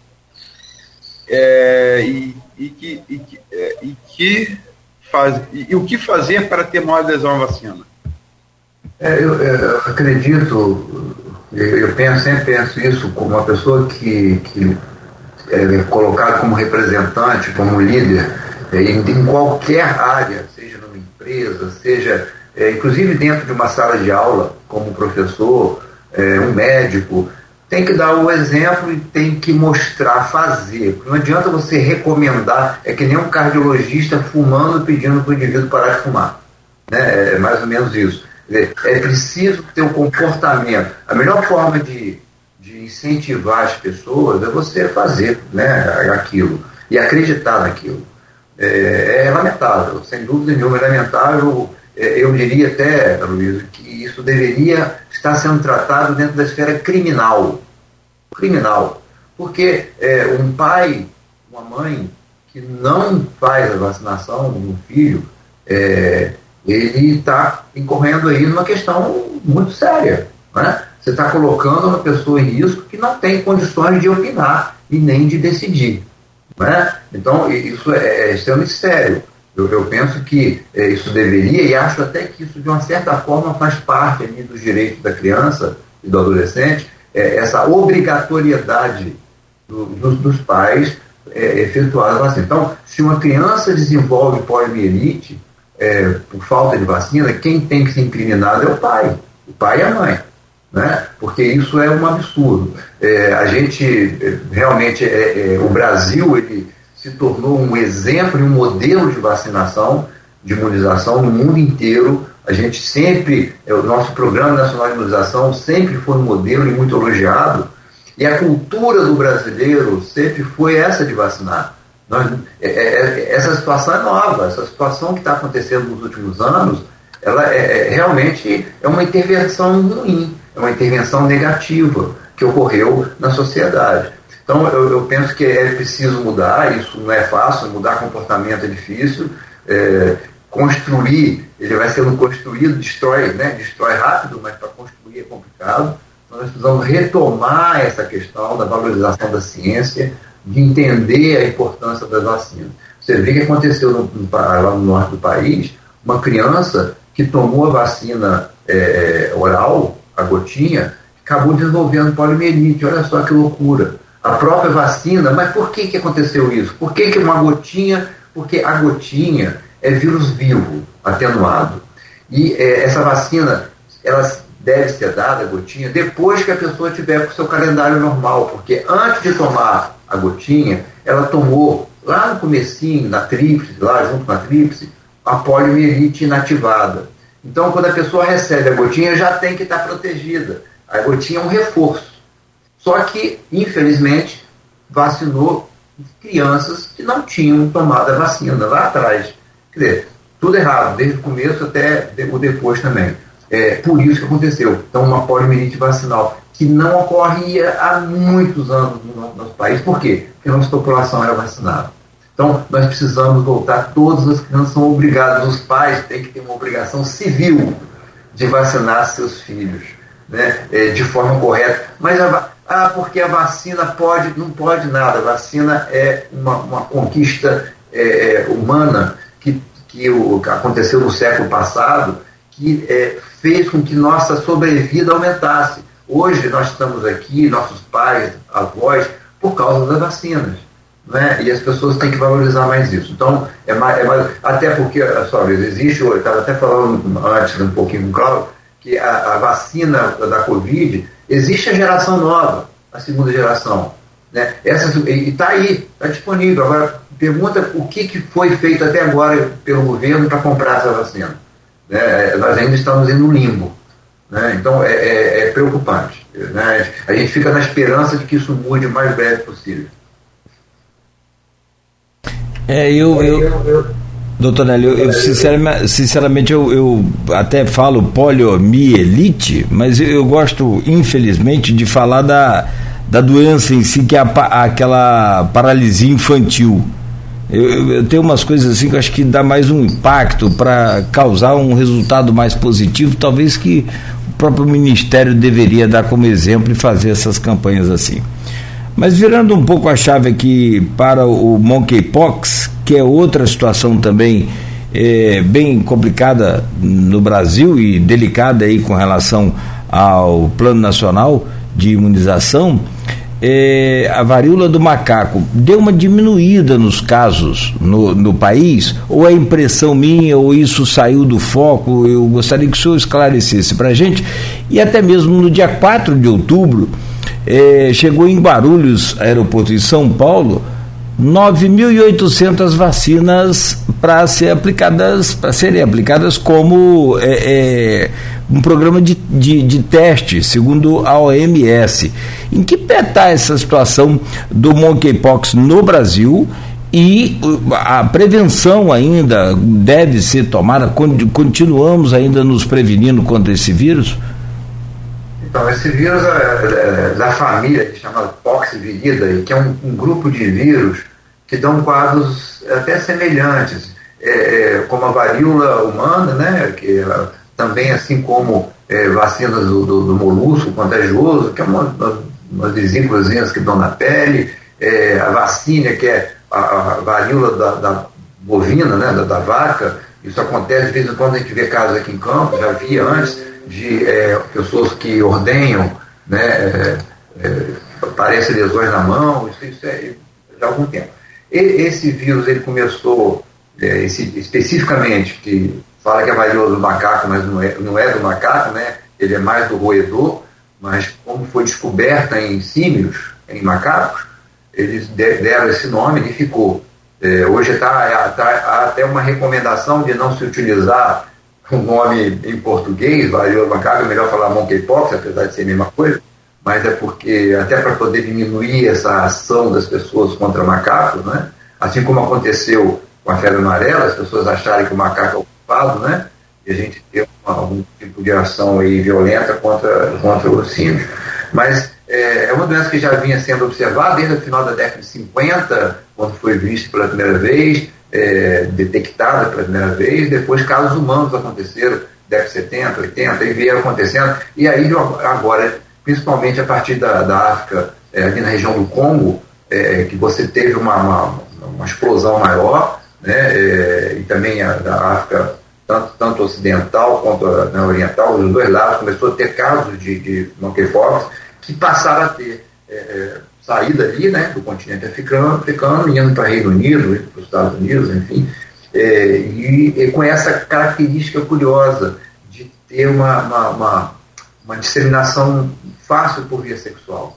é, e, e, que, e, que, é, e, que faz, e, e o que fazer para ter maior adesão à vacina? É, eu, eu acredito, eu penso, sempre penso isso como uma pessoa que, que é colocada como representante, como líder, Em, em qualquer área, seja numa empresa, seja é, inclusive dentro de uma sala de aula, como professor, é, um médico, tem que dar o exemplo e tem que mostrar, fazer. Porque não adianta você recomendar, é que nem um cardiologista fumando pedindo para o indivíduo parar de fumar, né? É mais ou menos isso. É, é preciso ter um comportamento. A melhor forma de, de incentivar as pessoas é você fazer, né, aquilo e acreditar naquilo. É, é lamentável, sem dúvida nenhuma é lamentável. É, eu diria até, Luiz, que isso deveria estar sendo tratado dentro da esfera criminal. Criminal. Porque é, um pai, uma mãe que não faz a vacinação do filho, é, ele está incorrendo aí numa questão muito séria, né? Você está colocando uma pessoa em risco que não tem condições de opinar e nem de decidir. Né? Então, isso é, é extremamente sério. Eu, eu penso que é, isso deveria, e acho até que isso, de uma certa forma, faz parte ali dos direitos da criança e do adolescente, é, essa obrigatoriedade do, do, dos pais é, efetuar a vacina. Então, se uma criança desenvolve poliomielite é, por falta de vacina, quem tem que ser incriminado é o pai, o pai e a mãe. né? Porque isso é um absurdo. É, a gente, realmente, é, é, o Brasil ele se tornou um exemplo e um modelo de vacinação, de imunização no mundo inteiro. A gente sempre, é, o nosso Programa Nacional de Imunização sempre foi um modelo e muito elogiado, e a cultura do brasileiro sempre foi essa de vacinar. Nós, é, é, essa situação é nova, essa situação que está acontecendo nos últimos anos, ela é, é, realmente é uma intervenção ruim, é uma intervenção negativa que ocorreu na sociedade. Então eu, eu penso que é preciso mudar, isso não é fácil, mudar comportamento é difícil, é, construir, ele vai sendo construído, destrói, né, destrói rápido, mas para construir é complicado. Então nós precisamos retomar essa questão da valorização da ciência, de entender a importância das vacinas. Você vê que aconteceu no, no, lá no norte do país, uma criança que tomou a vacina é, oral, a gotinha, acabou desenvolvendo poliomielite. Olha só que loucura. A própria vacina, mas por que, que aconteceu isso? Por que, que uma gotinha? Porque a gotinha é vírus vivo, atenuado. E é, essa vacina, ela deve ser dada, a gotinha, depois que a pessoa tiver com o seu calendário normal, porque antes de tomar a gotinha, ela tomou, lá no comecinho, na tríplice, lá junto com a tríplice, a poliomielite inativada. Então, quando a pessoa recebe a gotinha, já tem que estar protegida. A gotinha é um reforço. Só que, infelizmente, vacinou crianças que não tinham tomado a vacina lá atrás. Quer dizer, tudo errado, desde o começo até o depois também. É por isso que aconteceu. Então, uma poliomielite vacinal que não ocorria há muitos anos no nosso país. Por quê? Porque a nossa população era vacinada. Então, nós precisamos voltar, todas as crianças são obrigadas, os pais têm que ter uma obrigação civil de vacinar seus filhos, né, de forma correta. Mas, a, ah, porque a vacina pode, não pode nada, a vacina é uma, uma conquista é, humana que, que, o, que aconteceu no século passado, que é, fez com que nossa sobrevida aumentasse. Hoje nós estamos aqui, nossos pais, avós, por causa das vacinas. Né? E as pessoas têm que valorizar mais isso. Então, é mais, é mais, até porque, só vez, existe, eu estava até falando antes um pouquinho com o Cláudio, que a, a vacina da Covid, existe a geração nova, a segunda geração. Né? Essa, e está aí, está disponível. Agora, pergunta o que, que foi feito até agora pelo governo para comprar essa vacina. Né? Nós ainda estamos no limbo. Né? Então, é, é, é preocupante. Né? A gente fica na esperança de que isso mude o mais breve possível. É, eu, eu, doutor Nélio, eu, eu sinceramente, sinceramente eu, eu até falo poliomielite, mas eu, eu gosto, infelizmente, de falar da, da doença em si, que é a, aquela paralisia infantil. Eu, eu, eu tenho umas coisas assim que eu acho que dá mais um impacto para causar um resultado mais positivo, talvez que o próprio Ministério deveria dar como exemplo e fazer essas campanhas assim. Mas virando um pouco a chave aqui para o monkeypox, que é outra situação também é, bem complicada no Brasil e delicada aí com relação ao Plano Nacional de Imunização, é, a varíola do macaco deu uma diminuída nos casos no, no país, ou é impressão minha, ou isso saiu do foco? Eu gostaria que o senhor esclarecesse para a gente. E até mesmo no dia quatro de outubro, É, chegou em Guarulhos, aeroporto de São Paulo, nove mil e oitocentas vacinas para ser aplicadas, para serem aplicadas como é, é, um programa de, de, de teste, segundo a O M S. Em que pé está essa situação do monkeypox no Brasil? E a prevenção ainda deve ser tomada? Continuamos ainda nos prevenindo contra esse vírus? Então, esse vírus é, é, da família, chamado Poxviridae, que é um, um grupo de vírus que dão quadros até semelhantes, é, é, como a varíola humana, né, que ela, também assim como é, vacinas do, do, do molusco contagioso, que é uma, uma, umas vesículas que dão na pele, é, a vacina, que é a, a varíola da, da bovina, né, da, da vaca. Isso acontece de vez em quando, a gente vê casos aqui em campo, já via antes, de é, pessoas que ordenham, né, é, é, aparecem lesões na mão, isso, isso é já há algum tempo. E, esse vírus, ele começou, é, esse, especificamente, que fala que é a varíola do macaco, mas não é, não é do macaco, né, ele é mais do roedor, mas como foi descoberta em símios, em macacos, eles deram esse nome e ficou. É, hoje tá, tá, há até uma recomendação de não se utilizar o nome em português, varíola do macaco, é melhor falar monkeypox, apesar de ser a mesma coisa, mas é porque, até para poder diminuir essa ação das pessoas contra macacos, né? Assim como aconteceu com a febre amarela, as pessoas acharem que o macaco é o culpado, né? E a gente tem uma, algum tipo de ação aí violenta contra, contra os símios. Mas é, é uma doença que já vinha sendo observada desde o final da década de cinquenta, quando foi vista pela primeira vez, é, detectada pela primeira vez, depois casos humanos aconteceram, década de setenta, oitenta, e vieram acontecendo, e aí agora, principalmente a partir da, da África, é, aqui na região do Congo, é, que você teve uma, uma, uma explosão maior, né, é, e também a da África, tanto, tanto ocidental quanto a, né, oriental, dos dois lados, começou a ter casos de, de monkeypox, que passaram a ter é, é, saída ali, né, do continente africano, africano indo para o Reino Unido, indo para os Estados Unidos, enfim, é, e, e com essa característica curiosa de ter uma, uma, uma, uma disseminação fácil por via sexual.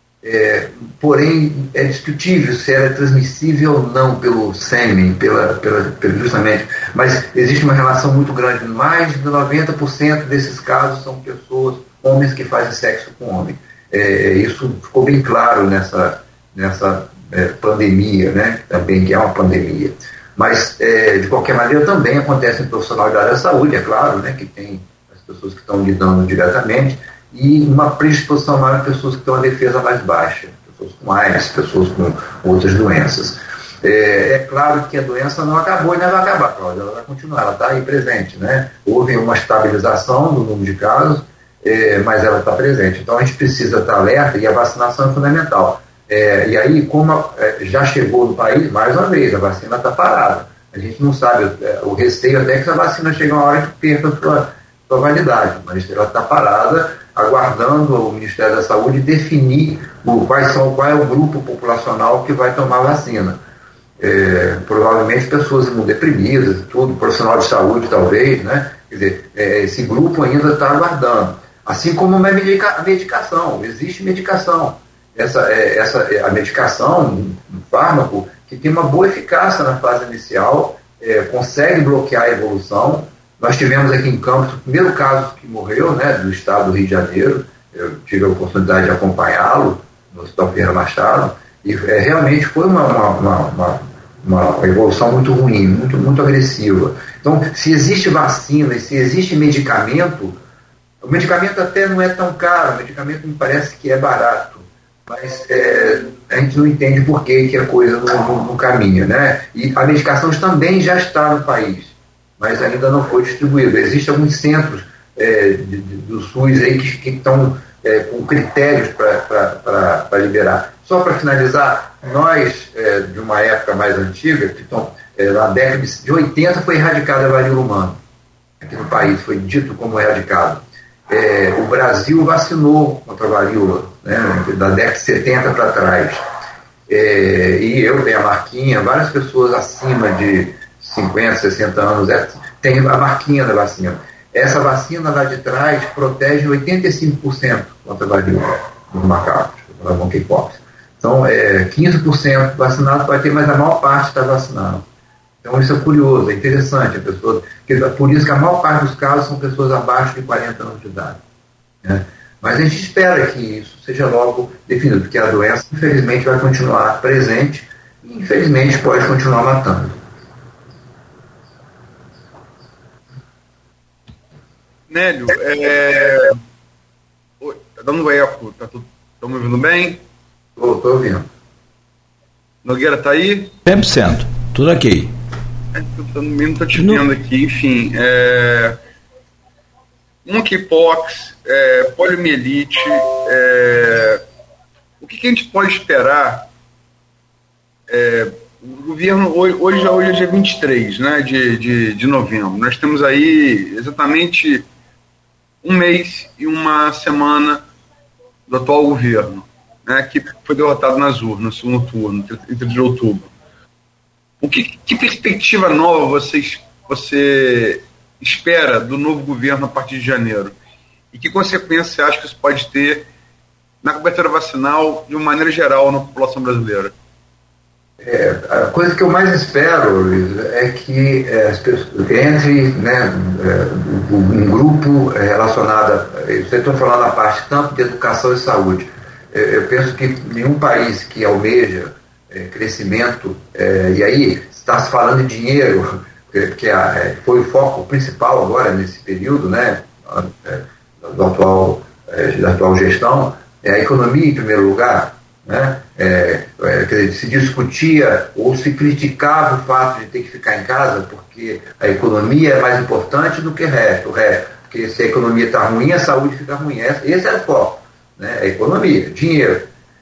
É, porém, é discutível se era transmissível ou não pelo sêmen, pela, pela, pela, justamente, mas existe uma relação muito grande. Mais de noventa por cento desses casos são pessoas, homens que fazem sexo com homem. É, isso ficou bem claro nessa, nessa é, pandemia, né? Também que é uma pandemia. Mas, é, de qualquer maneira, também acontece em profissional da área da saúde, é claro, né? Que tem as pessoas que estão lidando diretamente, e uma predisposição maior de pessoas que têm uma defesa mais baixa, pessoas com AIDS, pessoas com outras doenças. É, é claro que a doença não acabou e não vai acabar, Cláudia, ela vai continuar, ela está aí presente, né? Houve uma estabilização do número de casos, é, mas ela está presente. Então a gente precisa estar alerta, e a vacinação é fundamental. É, e aí, como a, é, já chegou no país, mais uma vez, a vacina está parada. A gente não sabe, é, o receio até que a vacina chega uma hora que perca a sua, sua validade, mas ela está parada, aguardando o Ministério da Saúde definir o, quais são, qual é o grupo populacional que vai tomar a vacina. É, provavelmente pessoas imunodeprimidas, tudo, profissional de saúde talvez, né? Quer dizer, é, esse grupo ainda está aguardando. Assim como uma medica, a medicação, existe medicação. Essa, é, essa, a medicação, um fármaco, que tem uma boa eficácia na fase inicial, é, consegue bloquear a evolução. Nós tivemos aqui em Campos o primeiro caso que morreu, né, do estado do Rio de Janeiro. Eu tive a oportunidade de acompanhá-lo no Hospital Ferreira Machado, e é, realmente foi uma, uma, uma, uma, uma evolução muito ruim, muito, muito agressiva. Então, se existe vacina e se existe medicamento, o medicamento até não é tão caro, o medicamento me parece que é barato, mas é, a gente não entende por que, que a coisa não, não, não caminha, né? E a medicação também já está no país, mas ainda não foi distribuída. Existem alguns centros é, de, de, do SUS aí que, que estão é, com critérios para liberar. Só para finalizar, nós, é, de uma época mais antiga, que estão, é, na década de oitenta foi erradicada a varíola humana aqui no país, foi dito como erradicado. É, o Brasil vacinou contra a varíola, né, da década de setenta para trás. É, e eu tenho a marquinha, várias pessoas acima de cinquenta, sessenta anos é, tem a marquinha da vacina. Essa vacina lá de trás protege oitenta e cinco por cento contra a varíola dos macacos, da monkeypox. Então, é, quinze por cento vacinado vai ter, mas a maior parte está vacinado. Então, isso é curioso, é interessante. A pessoa, por isso que a maior parte dos casos são pessoas abaixo de quarenta anos de idade. Né? Mas a gente espera que isso seja logo definido, porque a doença, infelizmente, vai continuar presente e, infelizmente, pode continuar matando. Nélio, é... Oi, tá dando eco, tá tudo... Estão me ouvindo bem? Estou ouvindo. Nogueira tá aí? cem por cento, tudo ok. É, eu mesmo estou te vendo aqui, enfim, é... monkeypox, é, poliomielite, é... o que, que a gente pode esperar? É... O governo, hoje, hoje é dia vinte e três, né, de, de, de novembro, nós temos aí exatamente um mês e uma semana do atual governo, né, que foi derrotado nas urnas, no segundo turno, trinta de outubro. O que, que perspectiva nova você, você espera do novo governo a partir de janeiro? E que consequências você acha que isso pode ter na cobertura vacinal de uma maneira geral na população brasileira? É, a coisa que eu mais espero, Luiz, é que é, as pessoas, entre né, é, um grupo relacionado, eu estou falando na parte tanto de educação e saúde. É, eu penso que nenhum país que almeja é, crescimento, é, e aí está se falando de dinheiro, que é, foi o foco principal agora nesse período, né, do atual, da atual gestão, é a economia em primeiro lugar, né? É, é, quer dizer, se discutia ou se criticava o fato de ter que ficar em casa porque a economia é mais importante do que o resto, o resto porque se a economia está ruim, a saúde fica ruim. Esse é o foco, né? A economia, dinheiro.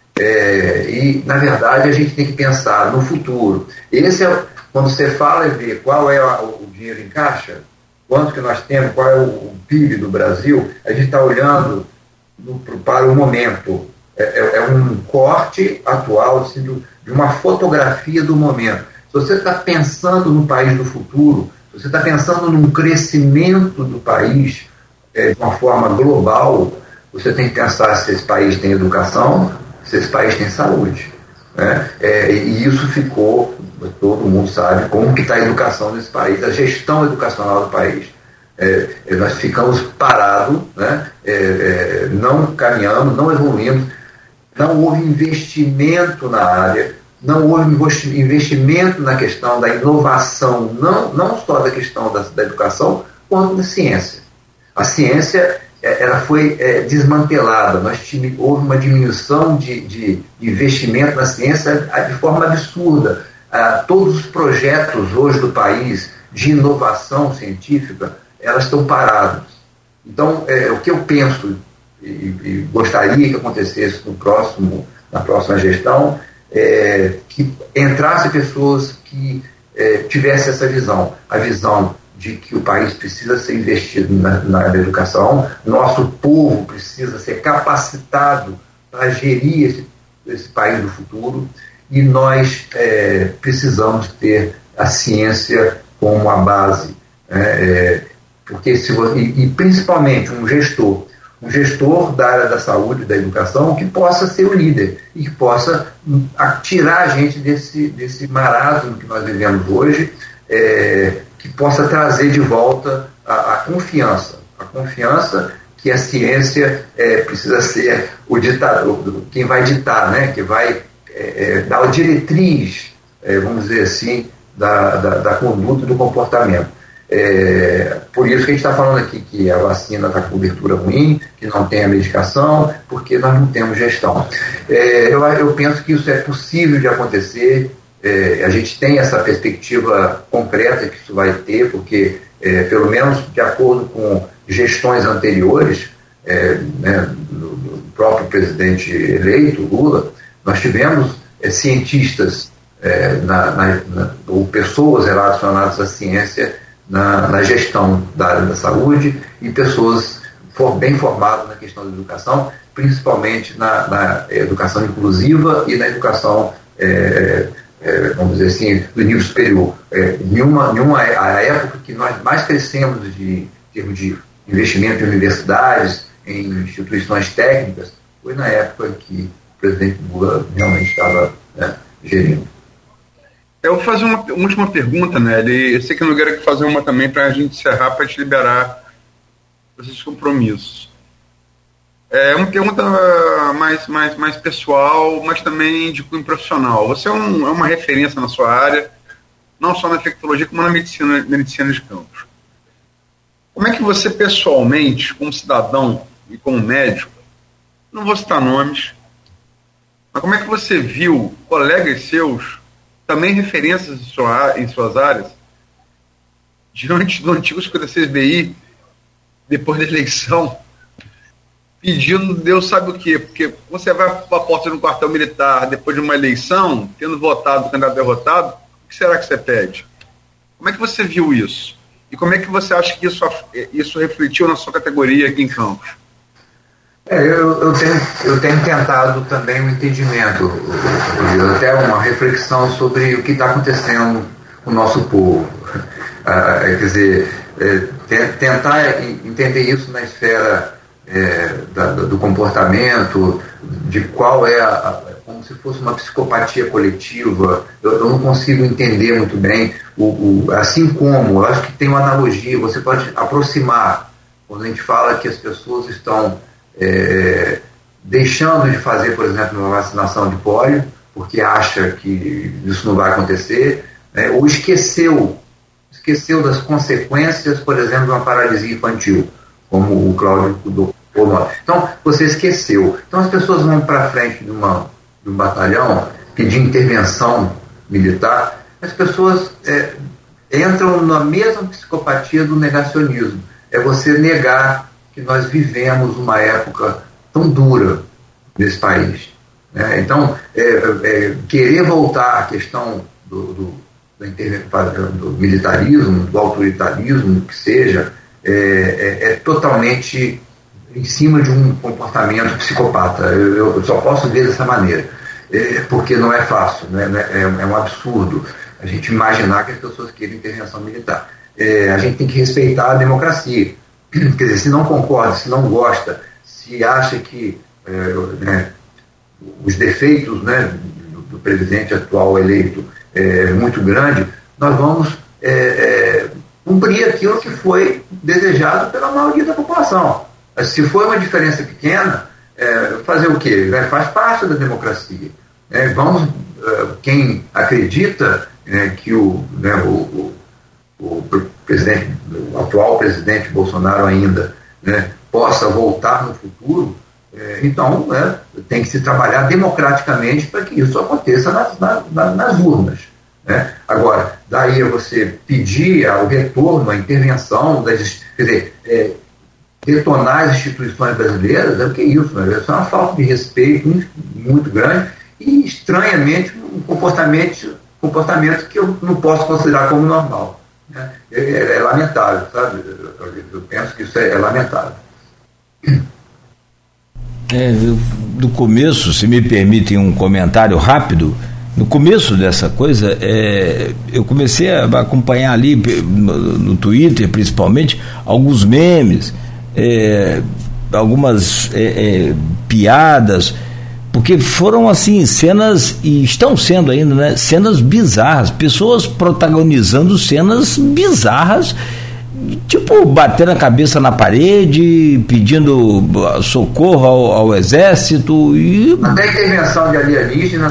É, e, na verdade, a gente tem que pensar no futuro. Esse é, quando você fala e vê qual é o, o dinheiro em caixa, quanto que nós temos, qual é o, o P I B do Brasil, a gente está olhando no, para o momento. É, é um corte atual assim, do, de uma fotografia do momento. Se você está pensando no país do futuro, se você está pensando num crescimento do país é, de uma forma global, você tem que pensar se esse país tem educação, se esse país tem saúde. Né? É, e isso ficou, todo mundo sabe, como que está a educação nesse país, a gestão educacional do país. É, nós ficamos parados, né? é, é, não caminhamos, não evoluímos. Não houve investimento na área, não houve investimento na questão da inovação, não, não só da questão da, da educação, quanto da ciência. A ciência ela foi é, desmantelada, nós tive, houve uma diminuição de, de, de investimento na ciência de forma absurda. Ah, todos os projetos hoje do país de inovação científica, elas estão parados. Então, é, o que eu penso E, e gostaria que acontecesse no próximo, na próxima gestão, é, que entrasse pessoas que é, tivessem essa visão, a visão de que o país precisa ser investido na, na educação, nosso povo precisa ser capacitado para gerir esse, esse país do futuro, e nós é, precisamos ter a ciência como a base, né, é, porque se, e, e principalmente um gestor, um gestor da área da saúde, da educação, que possa ser o líder e que possa tirar a gente desse, desse marasmo que nós vivemos hoje, é, que possa trazer de volta a, a confiança, a confiança que a ciência é, precisa ser o ditador, quem vai ditar, né, que vai é, é, dar a diretriz, é, vamos dizer assim, da, da, da conduta e do comportamento. É, por isso que a gente está falando aqui que a vacina está com cobertura ruim, que não tem a medicação, porque nós não temos gestão. É, eu, eu penso que isso é possível de acontecer, é, a gente tem essa perspectiva concreta que isso vai ter, porque, é, pelo menos de acordo com gestões anteriores, é, né, do, do próprio presidente eleito, Lula, nós tivemos é, cientistas é, na, na, na, ou pessoas relacionadas à ciência Na, na gestão da área da saúde e pessoas for, bem formadas na questão da educação, principalmente na, na educação inclusiva e na educação, é, é, vamos dizer assim, do nível superior. É, nenhuma, nenhuma, a época que nós mais crescemos de, em termos de investimento em universidades, em instituições técnicas, foi na época que o presidente Lula realmente estava, né, gerindo. Eu vou fazer uma, uma última pergunta, né? Eu sei que eu não quero fazer uma também para a gente encerrar, para te liberar esses compromissos. É uma pergunta mais, mais, mais pessoal, mas também de cunho profissional. Você é, um, é uma referência na sua área, não só na infectologia, como na medicina, na medicina de campos. Como é que você, pessoalmente, como cidadão e como médico, não vou citar nomes, mas como é que você viu colegas seus, também referências em, sua, em suas áreas, diante do antigo cinquenta e seis B I, depois da eleição, pedindo Deus sabe o quê? Porque você vai para a porta de um quartel militar depois de uma eleição, tendo votado o candidato derrotado, o que será que você pede? Como é que você viu isso? E como é que você acha que isso, isso refletiu na sua categoria aqui em Campos? É, eu, eu, tenho, eu tenho tentado também um entendimento, até uma reflexão sobre o que está acontecendo com o nosso povo. Ah, quer dizer, é, tentar entender isso na esfera é, da, do comportamento, de qual é a, a, como se fosse uma psicopatia coletiva. Eu, eu não consigo entender muito bem, o, o, assim como, eu acho que tem uma analogia, você pode aproximar, quando a gente fala que as pessoas estão é, deixando de fazer, por exemplo, uma vacinação de pólio, porque acha que isso não vai acontecer, né, ou esqueceu, esqueceu das consequências, por exemplo, de uma paralisia infantil, como o Cláudio Cudô. Então, você esqueceu. Então, as pessoas vão para frente de, uma, de um batalhão pedir intervenção militar, as pessoas é, entram na mesma psicopatia do negacionismo. É você negar que nós vivemos uma época tão dura nesse país. Né? Então, é, é, querer voltar à questão do, do, do, do militarismo, do autoritarismo, que seja, é, é, é totalmente em cima de um comportamento psicopata. Eu, eu só posso ver dessa maneira, é, porque não é fácil, né? é, é um absurdo a gente imaginar que as pessoas queiram intervenção militar. É, a gente tem que respeitar a democracia. Quer dizer, se não concorda, se não gosta, se acha que é, né, os defeitos, né, do, do presidente atual eleito é muito grande, nós vamos é, é, cumprir aquilo que foi desejado pela maioria da população. Se for uma diferença pequena, é, fazer o quê? É, faz parte da democracia. É, vamos, é, quem acredita é, que o, né, o, o, o, presidente, o atual presidente Bolsonaro ainda, né, possa voltar no futuro, é, então é, tem que se trabalhar democraticamente para que isso aconteça nas, na, nas urnas. Né? Agora, daí a você pedir o retorno, a intervenção, das, quer dizer, é, detonar as instituições brasileiras, é o que é isso, né? Isso é uma falta de respeito muito, muito grande e, estranhamente, um comportamento, comportamento que eu não posso considerar como normal. Né? É, é, é lamentável, sabe? Eu, eu penso que isso é, é lamentável. É, eu, do começo, se me permitem um comentário rápido, no começo dessa coisa, é, eu comecei a acompanhar ali, no, no Twitter principalmente, alguns memes, É, algumas é, é, piadas, porque foram assim cenas, e estão sendo ainda, né, cenas bizarras, pessoas protagonizando cenas bizarras, tipo bater a cabeça na parede, pedindo socorro ao, ao exército e até intervenção de alienígena.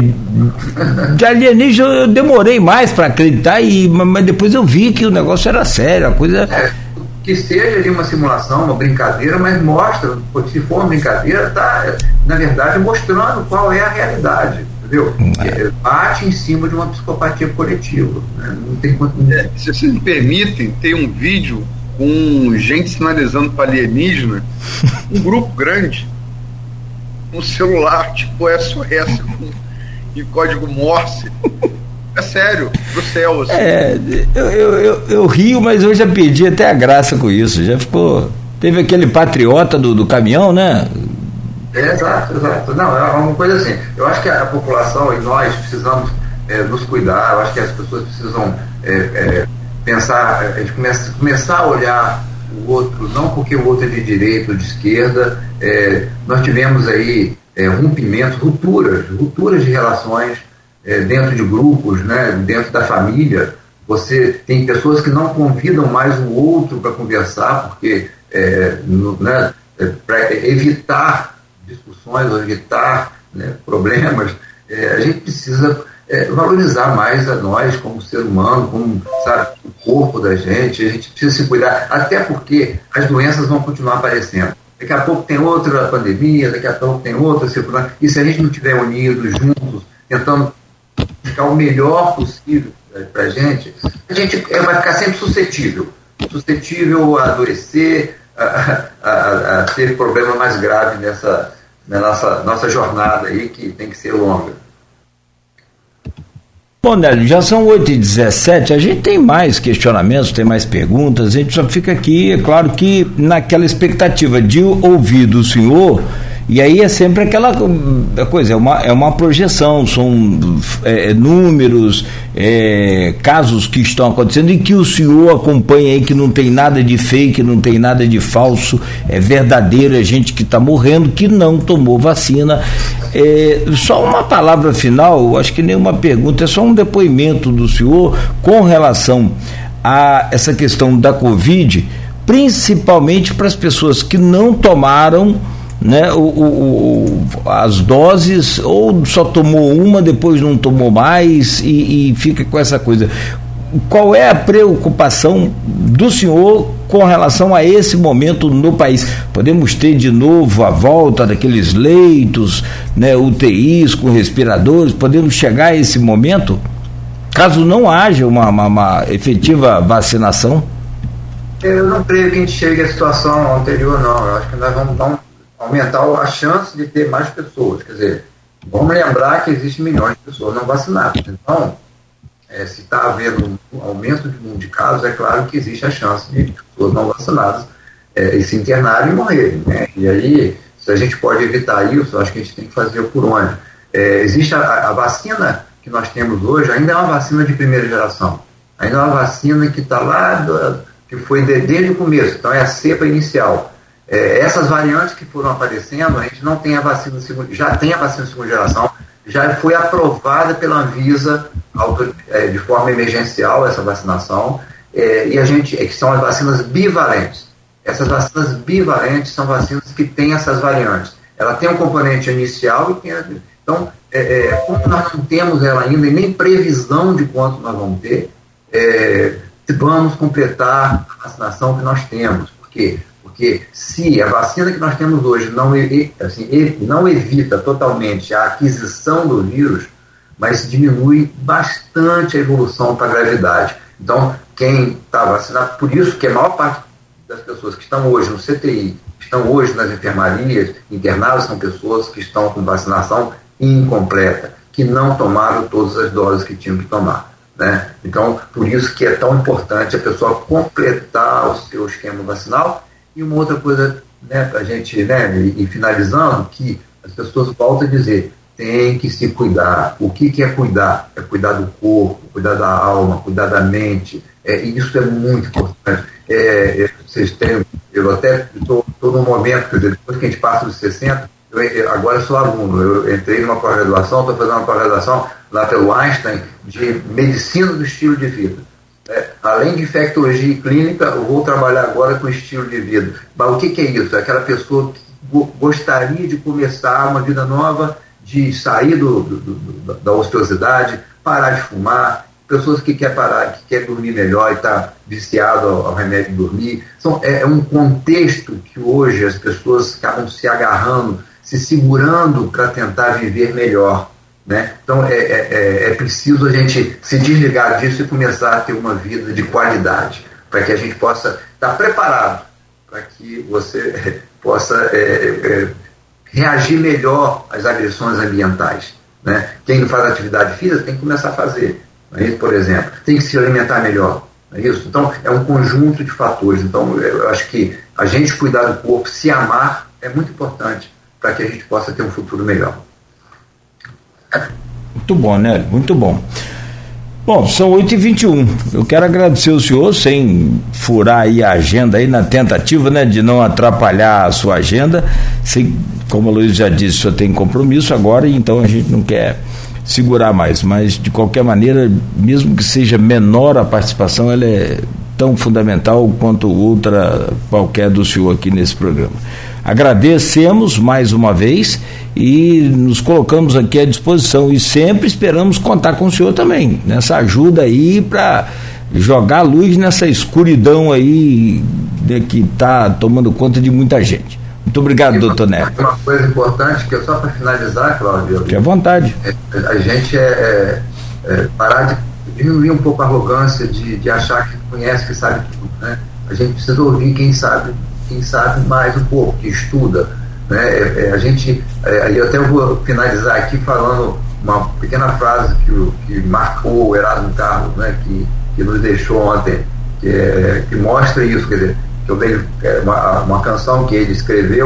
De, de alienígena eu demorei mais para acreditar, e, mas depois eu vi que o negócio era sério, a coisa é. Que seja ali uma simulação, uma brincadeira, mas mostra, se for uma brincadeira, está, na verdade, mostrando qual é a realidade, entendeu? É. Bate em cima de uma psicopatia coletiva. Né? Não tem quanto... é, se vocês me permitem, tem um vídeo com gente sinalizando para alienígena, um grupo grande, um celular tipo S O S em código Morse. É sério, pro céu. Assim. É, eu, eu, eu, eu rio, mas eu já perdi até a graça com isso. Já ficou. Teve aquele patriota do, do caminhão, né? É, exato, exato. Não, é uma coisa assim. Eu acho que a população e nós precisamos é, nos cuidar. Eu acho que as pessoas precisam é, é, pensar, a gente começa, começar a olhar o outro, não porque o outro é de direita ou de esquerda. É, nós tivemos aí é, rompimentos, rupturas, rupturas de relações. É, dentro de grupos, né, dentro da família, você tem pessoas que não convidam mais o outro para conversar, porque é, no, né, é, para evitar discussões ou evitar, né, problemas, é, a gente precisa é, valorizar mais a nós como ser humano, como, sabe, o corpo da gente. A gente precisa se cuidar, até porque as doenças vão continuar aparecendo. Daqui a pouco tem outra pandemia, daqui a pouco tem outra circulação, e se a gente não estiver unidos, juntos, tentando ficar o melhor possível para a gente, a gente vai ficar sempre suscetível, suscetível a adoecer, a, a, a ter problema mais grave nessa, na nossa, nossa jornada aí, que tem que ser longa. Bom, Nélio, já são oito e dezessete, a gente tem mais questionamentos, tem mais perguntas, a gente só fica aqui, é claro que naquela expectativa de ouvir do senhor E aí é sempre aquela coisa, é uma, é uma projeção, são é, números, é, casos que estão acontecendo e que o senhor acompanha aí, que não tem nada de fake, não tem nada de falso, é verdadeiro, é gente que está morrendo, que não tomou vacina. É, só uma palavra final, acho que nenhuma pergunta, é só um depoimento do senhor com relação a essa questão da Covid, principalmente para as pessoas que não tomaram, né, o, o, o, as doses, ou só tomou uma, depois não tomou mais e, e fica com essa coisa. Qual é a preocupação do senhor com relação a esse momento no país? Podemos ter de novo a volta daqueles leitos, né, U T Is com respiradores, podemos chegar a esse momento, caso não haja uma, uma, uma efetiva vacinação? Eu não creio que a gente chegue à situação anterior, não. Eu acho que nós vamos, vamos aumentar a chance de ter mais pessoas. Quer dizer, vamos lembrar que existem milhões de pessoas não vacinadas. Então, é, se está havendo um aumento de número de casos, é claro que existe a chance de pessoas não vacinadas é, e se internarem e morrerem, né? E aí, se a gente pode evitar isso, eu acho que a gente tem que fazer por onde. É, existe a, a vacina que nós temos hoje, ainda é uma vacina de primeira geração. Ainda é uma vacina que está lá, do, que foi de, desde o começo, então é a cepa inicial. É, essas variantes que foram aparecendo, a gente não tem a vacina de segunda, já tem a vacina de segunda geração, já foi aprovada pela Anvisa auto, é, de forma emergencial essa vacinação, é, e a gente, é, que são as vacinas bivalentes. Essas vacinas bivalentes são vacinas que têm essas variantes. Ela tem um componente inicial e tem a, então, é, é, como nós não temos ela ainda e nem previsão de quanto nós vamos ter, é, vamos completar a vacinação que nós temos. Por quê? Porque se a vacina que nós temos hoje não, assim, não evita totalmente a aquisição do vírus, mas diminui bastante a evolução para a gravidade. Então, quem está vacinado, por isso que a maior parte das pessoas que estão hoje no C T I, que estão hoje nas enfermarias, internadas, são pessoas que estão com vacinação incompleta, que não tomaram todas as doses que tinham que tomar, né? Então, por isso que é tão importante a pessoa completar o seu esquema vacinal. E uma outra coisa, né, para a gente, né, e, e finalizando, que as pessoas voltam a dizer, tem que se cuidar. O que, que é cuidar? É cuidar do corpo, cuidar da alma, cuidar da mente, é, e isso é muito importante. É, vocês têm, eu até estou num momento, quer dizer, depois que a gente passa dos sessenta, eu, eu, agora eu sou aluno, eu entrei numa pós-graduação, estou fazendo uma pós-graduação lá pelo Einstein de medicina do estilo de vida. É, além de infectologia clínica, eu vou trabalhar agora com estilo de vida. Mas o que, que é isso? É aquela pessoa que gostaria de começar uma vida nova, de sair do, do, do, da ociosidade, parar de fumar, pessoas que querem parar, que querem dormir melhor e está viciado ao, ao remédio de dormir. São, é, é um contexto que hoje as pessoas acabam se agarrando, se segurando para tentar viver melhor. Né? Então é, é, é preciso a gente se desligar disso e começar a ter uma vida de qualidade, para que a gente possa estar preparado, para que você possa é, é, reagir melhor às agressões ambientais. Né? Quem não faz atividade física tem que começar a fazer, não é isso, por exemplo, tem que se alimentar melhor, não é isso? Então é um conjunto de fatores. Então eu acho que a gente cuidar do corpo, se amar, é muito importante para que a gente possa ter um futuro melhor. Muito bom, né? Muito bom. Bom, são oito e vinte e um. Eu quero agradecer o senhor, sem furar aí a agenda aí, na tentativa, né, de não atrapalhar a sua agenda. Sem, como a Luiz já disse, o senhor tem compromisso agora, então a gente não quer segurar mais. Mas, de qualquer maneira, mesmo que seja menor a participação, ela é tão fundamental quanto outra qualquer do senhor aqui nesse programa. Agradecemos mais uma vez e nos colocamos aqui à disposição e sempre esperamos contar com o senhor também, nessa ajuda aí para jogar luz nessa escuridão aí, né, que está tomando conta de muita gente. Muito obrigado, doutor Neto. Uma coisa importante, que é só para finalizar, Cláudio. Fique à vontade. É, a gente é, é, é parar de diminuir um pouco a arrogância de, de achar que conhece, que sabe tudo, né? A gente precisa ouvir quem sabe quem sabe mais um pouco, que estuda, né? É, é, a gente, é, eu até vou finalizar aqui falando uma pequena frase que, o, que marcou o Erasmo Carlos, né? que, que nos deixou ontem, que, é, que mostra isso, quer dizer, que eu dei é, uma, uma canção que ele escreveu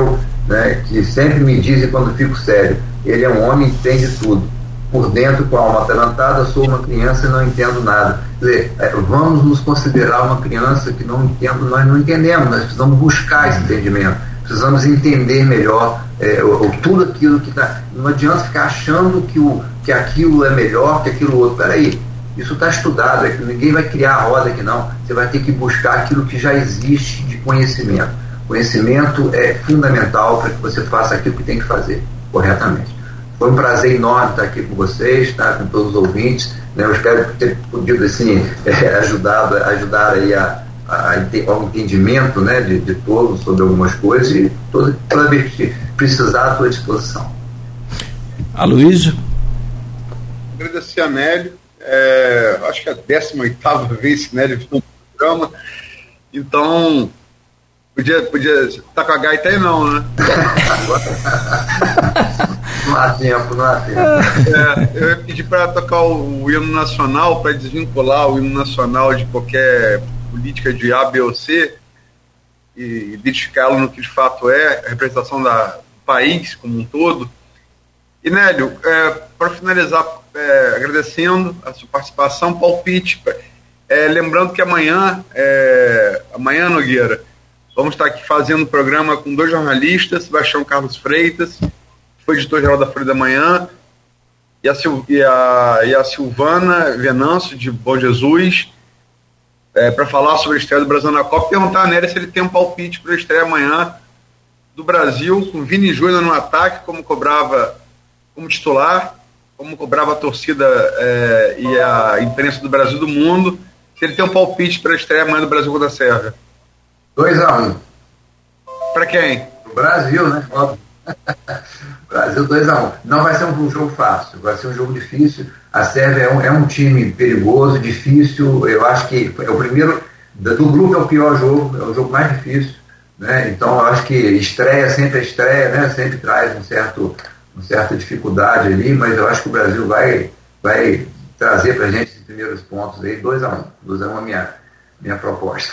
né, que sempre me dizem quando fico sério, ele é um homem que entende tudo. Por dentro, com a alma atarantada, sou uma criança e não entendo nada. Quer dizer, é, vamos nos considerar uma criança que não entendo, nós não entendemos, nós precisamos buscar esse entendimento, precisamos entender melhor é, o, o, tudo aquilo que está. Não adianta ficar achando que, o, que aquilo é melhor que aquilo outro. Peraí, isso está estudado, é que ninguém vai criar a roda aqui não. Você vai ter que buscar aquilo que já existe de conhecimento. Conhecimento é fundamental para que você faça aquilo que tem que fazer corretamente. Foi um prazer enorme estar aqui com vocês, tá? Com todos os ouvintes, né? Eu espero ter podido assim, é, ajudado, ajudar aí a, a, a, ao entendimento, né, de, de todos sobre algumas coisas, e toda, toda vez que precisar, à sua disposição. Aloysio? Agradecer a Nélio, é, acho que é a décima oitava vez que Nélio viu no programa, então podia, podia estar com a gaita aí não, né? Não há tempo, não há tempo. É, eu ia pedir para tocar o, o hino nacional, para desvincular o hino nacional de qualquer política de A, B ou C e identificá-lo no que de fato é a representação da, do país como um todo. E Nélio, é, para finalizar, é, agradecendo a sua participação, palpite, é, lembrando que amanhã, é, amanhã, Nogueira, vamos estar aqui fazendo um programa com dois jornalistas, Sebastião Carlos Freitas, foi editor-geral da Folha da Manhã, e a, e a, e a Silvana Venâncio, de Bom Jesus, é, para falar sobre a estreia do Brasil na Copa, e perguntar a Nélia se ele tem um palpite para a estreia amanhã do Brasil, com Vini Júnior no ataque, como cobrava como titular, como cobrava a torcida é, e a imprensa do Brasil e do mundo, se ele tem um palpite para a estreia amanhã do Brasil contra a Sérvia. dois a um. Para quem? O Brasil, né? Óbvio. Brasil dois a um. Não vai ser um jogo fácil, vai ser um jogo difícil. A Sérvia é um, é um time perigoso, difícil. Eu acho que é o primeiro do grupo, é o pior jogo, é o jogo mais difícil, né? Então eu acho que estreia sempre a estreia, né? Sempre traz um certo, uma certa dificuldade ali, mas eu acho que o Brasil vai, vai trazer pra gente esses primeiros pontos aí, dois a um. dois a um é a minha, minha proposta.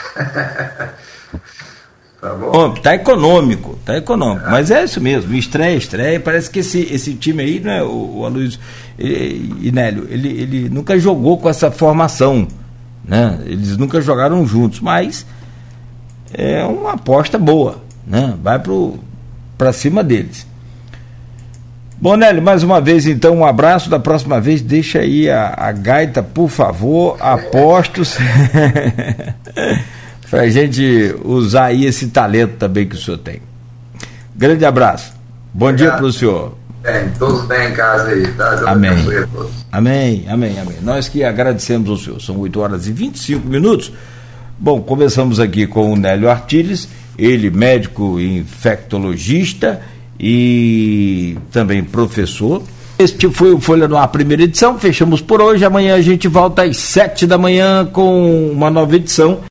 Tá bom? Bom, tá econômico, tá econômico, é. Mas é isso mesmo, estreia, estreia, parece que esse, esse time aí, né, o, o Aloysio e, e Nélio, ele, ele nunca jogou com essa formação, né, eles nunca jogaram juntos, mas é uma aposta boa, né, vai pro, pra cima deles. Bom, Nélio, mais uma vez então, um abraço, da próxima vez deixa aí a, a gaita, por favor, apostos. Para a gente usar aí esse talento também que o senhor tem. Grande abraço. Bom Obrigado. Dia para o senhor. Bem, todos bem em casa aí, tá? Deus amém. abençoe a todos. Amém, amém, amém. Nós que agradecemos ao senhor. São oito horas e vinte e cinco minutos. Bom, começamos aqui com o Nélio Artiles, ele médico infectologista e também professor. Este foi o Folha no Ar, primeira edição. Fechamos por hoje. Amanhã a gente volta às sete da manhã com uma nova edição.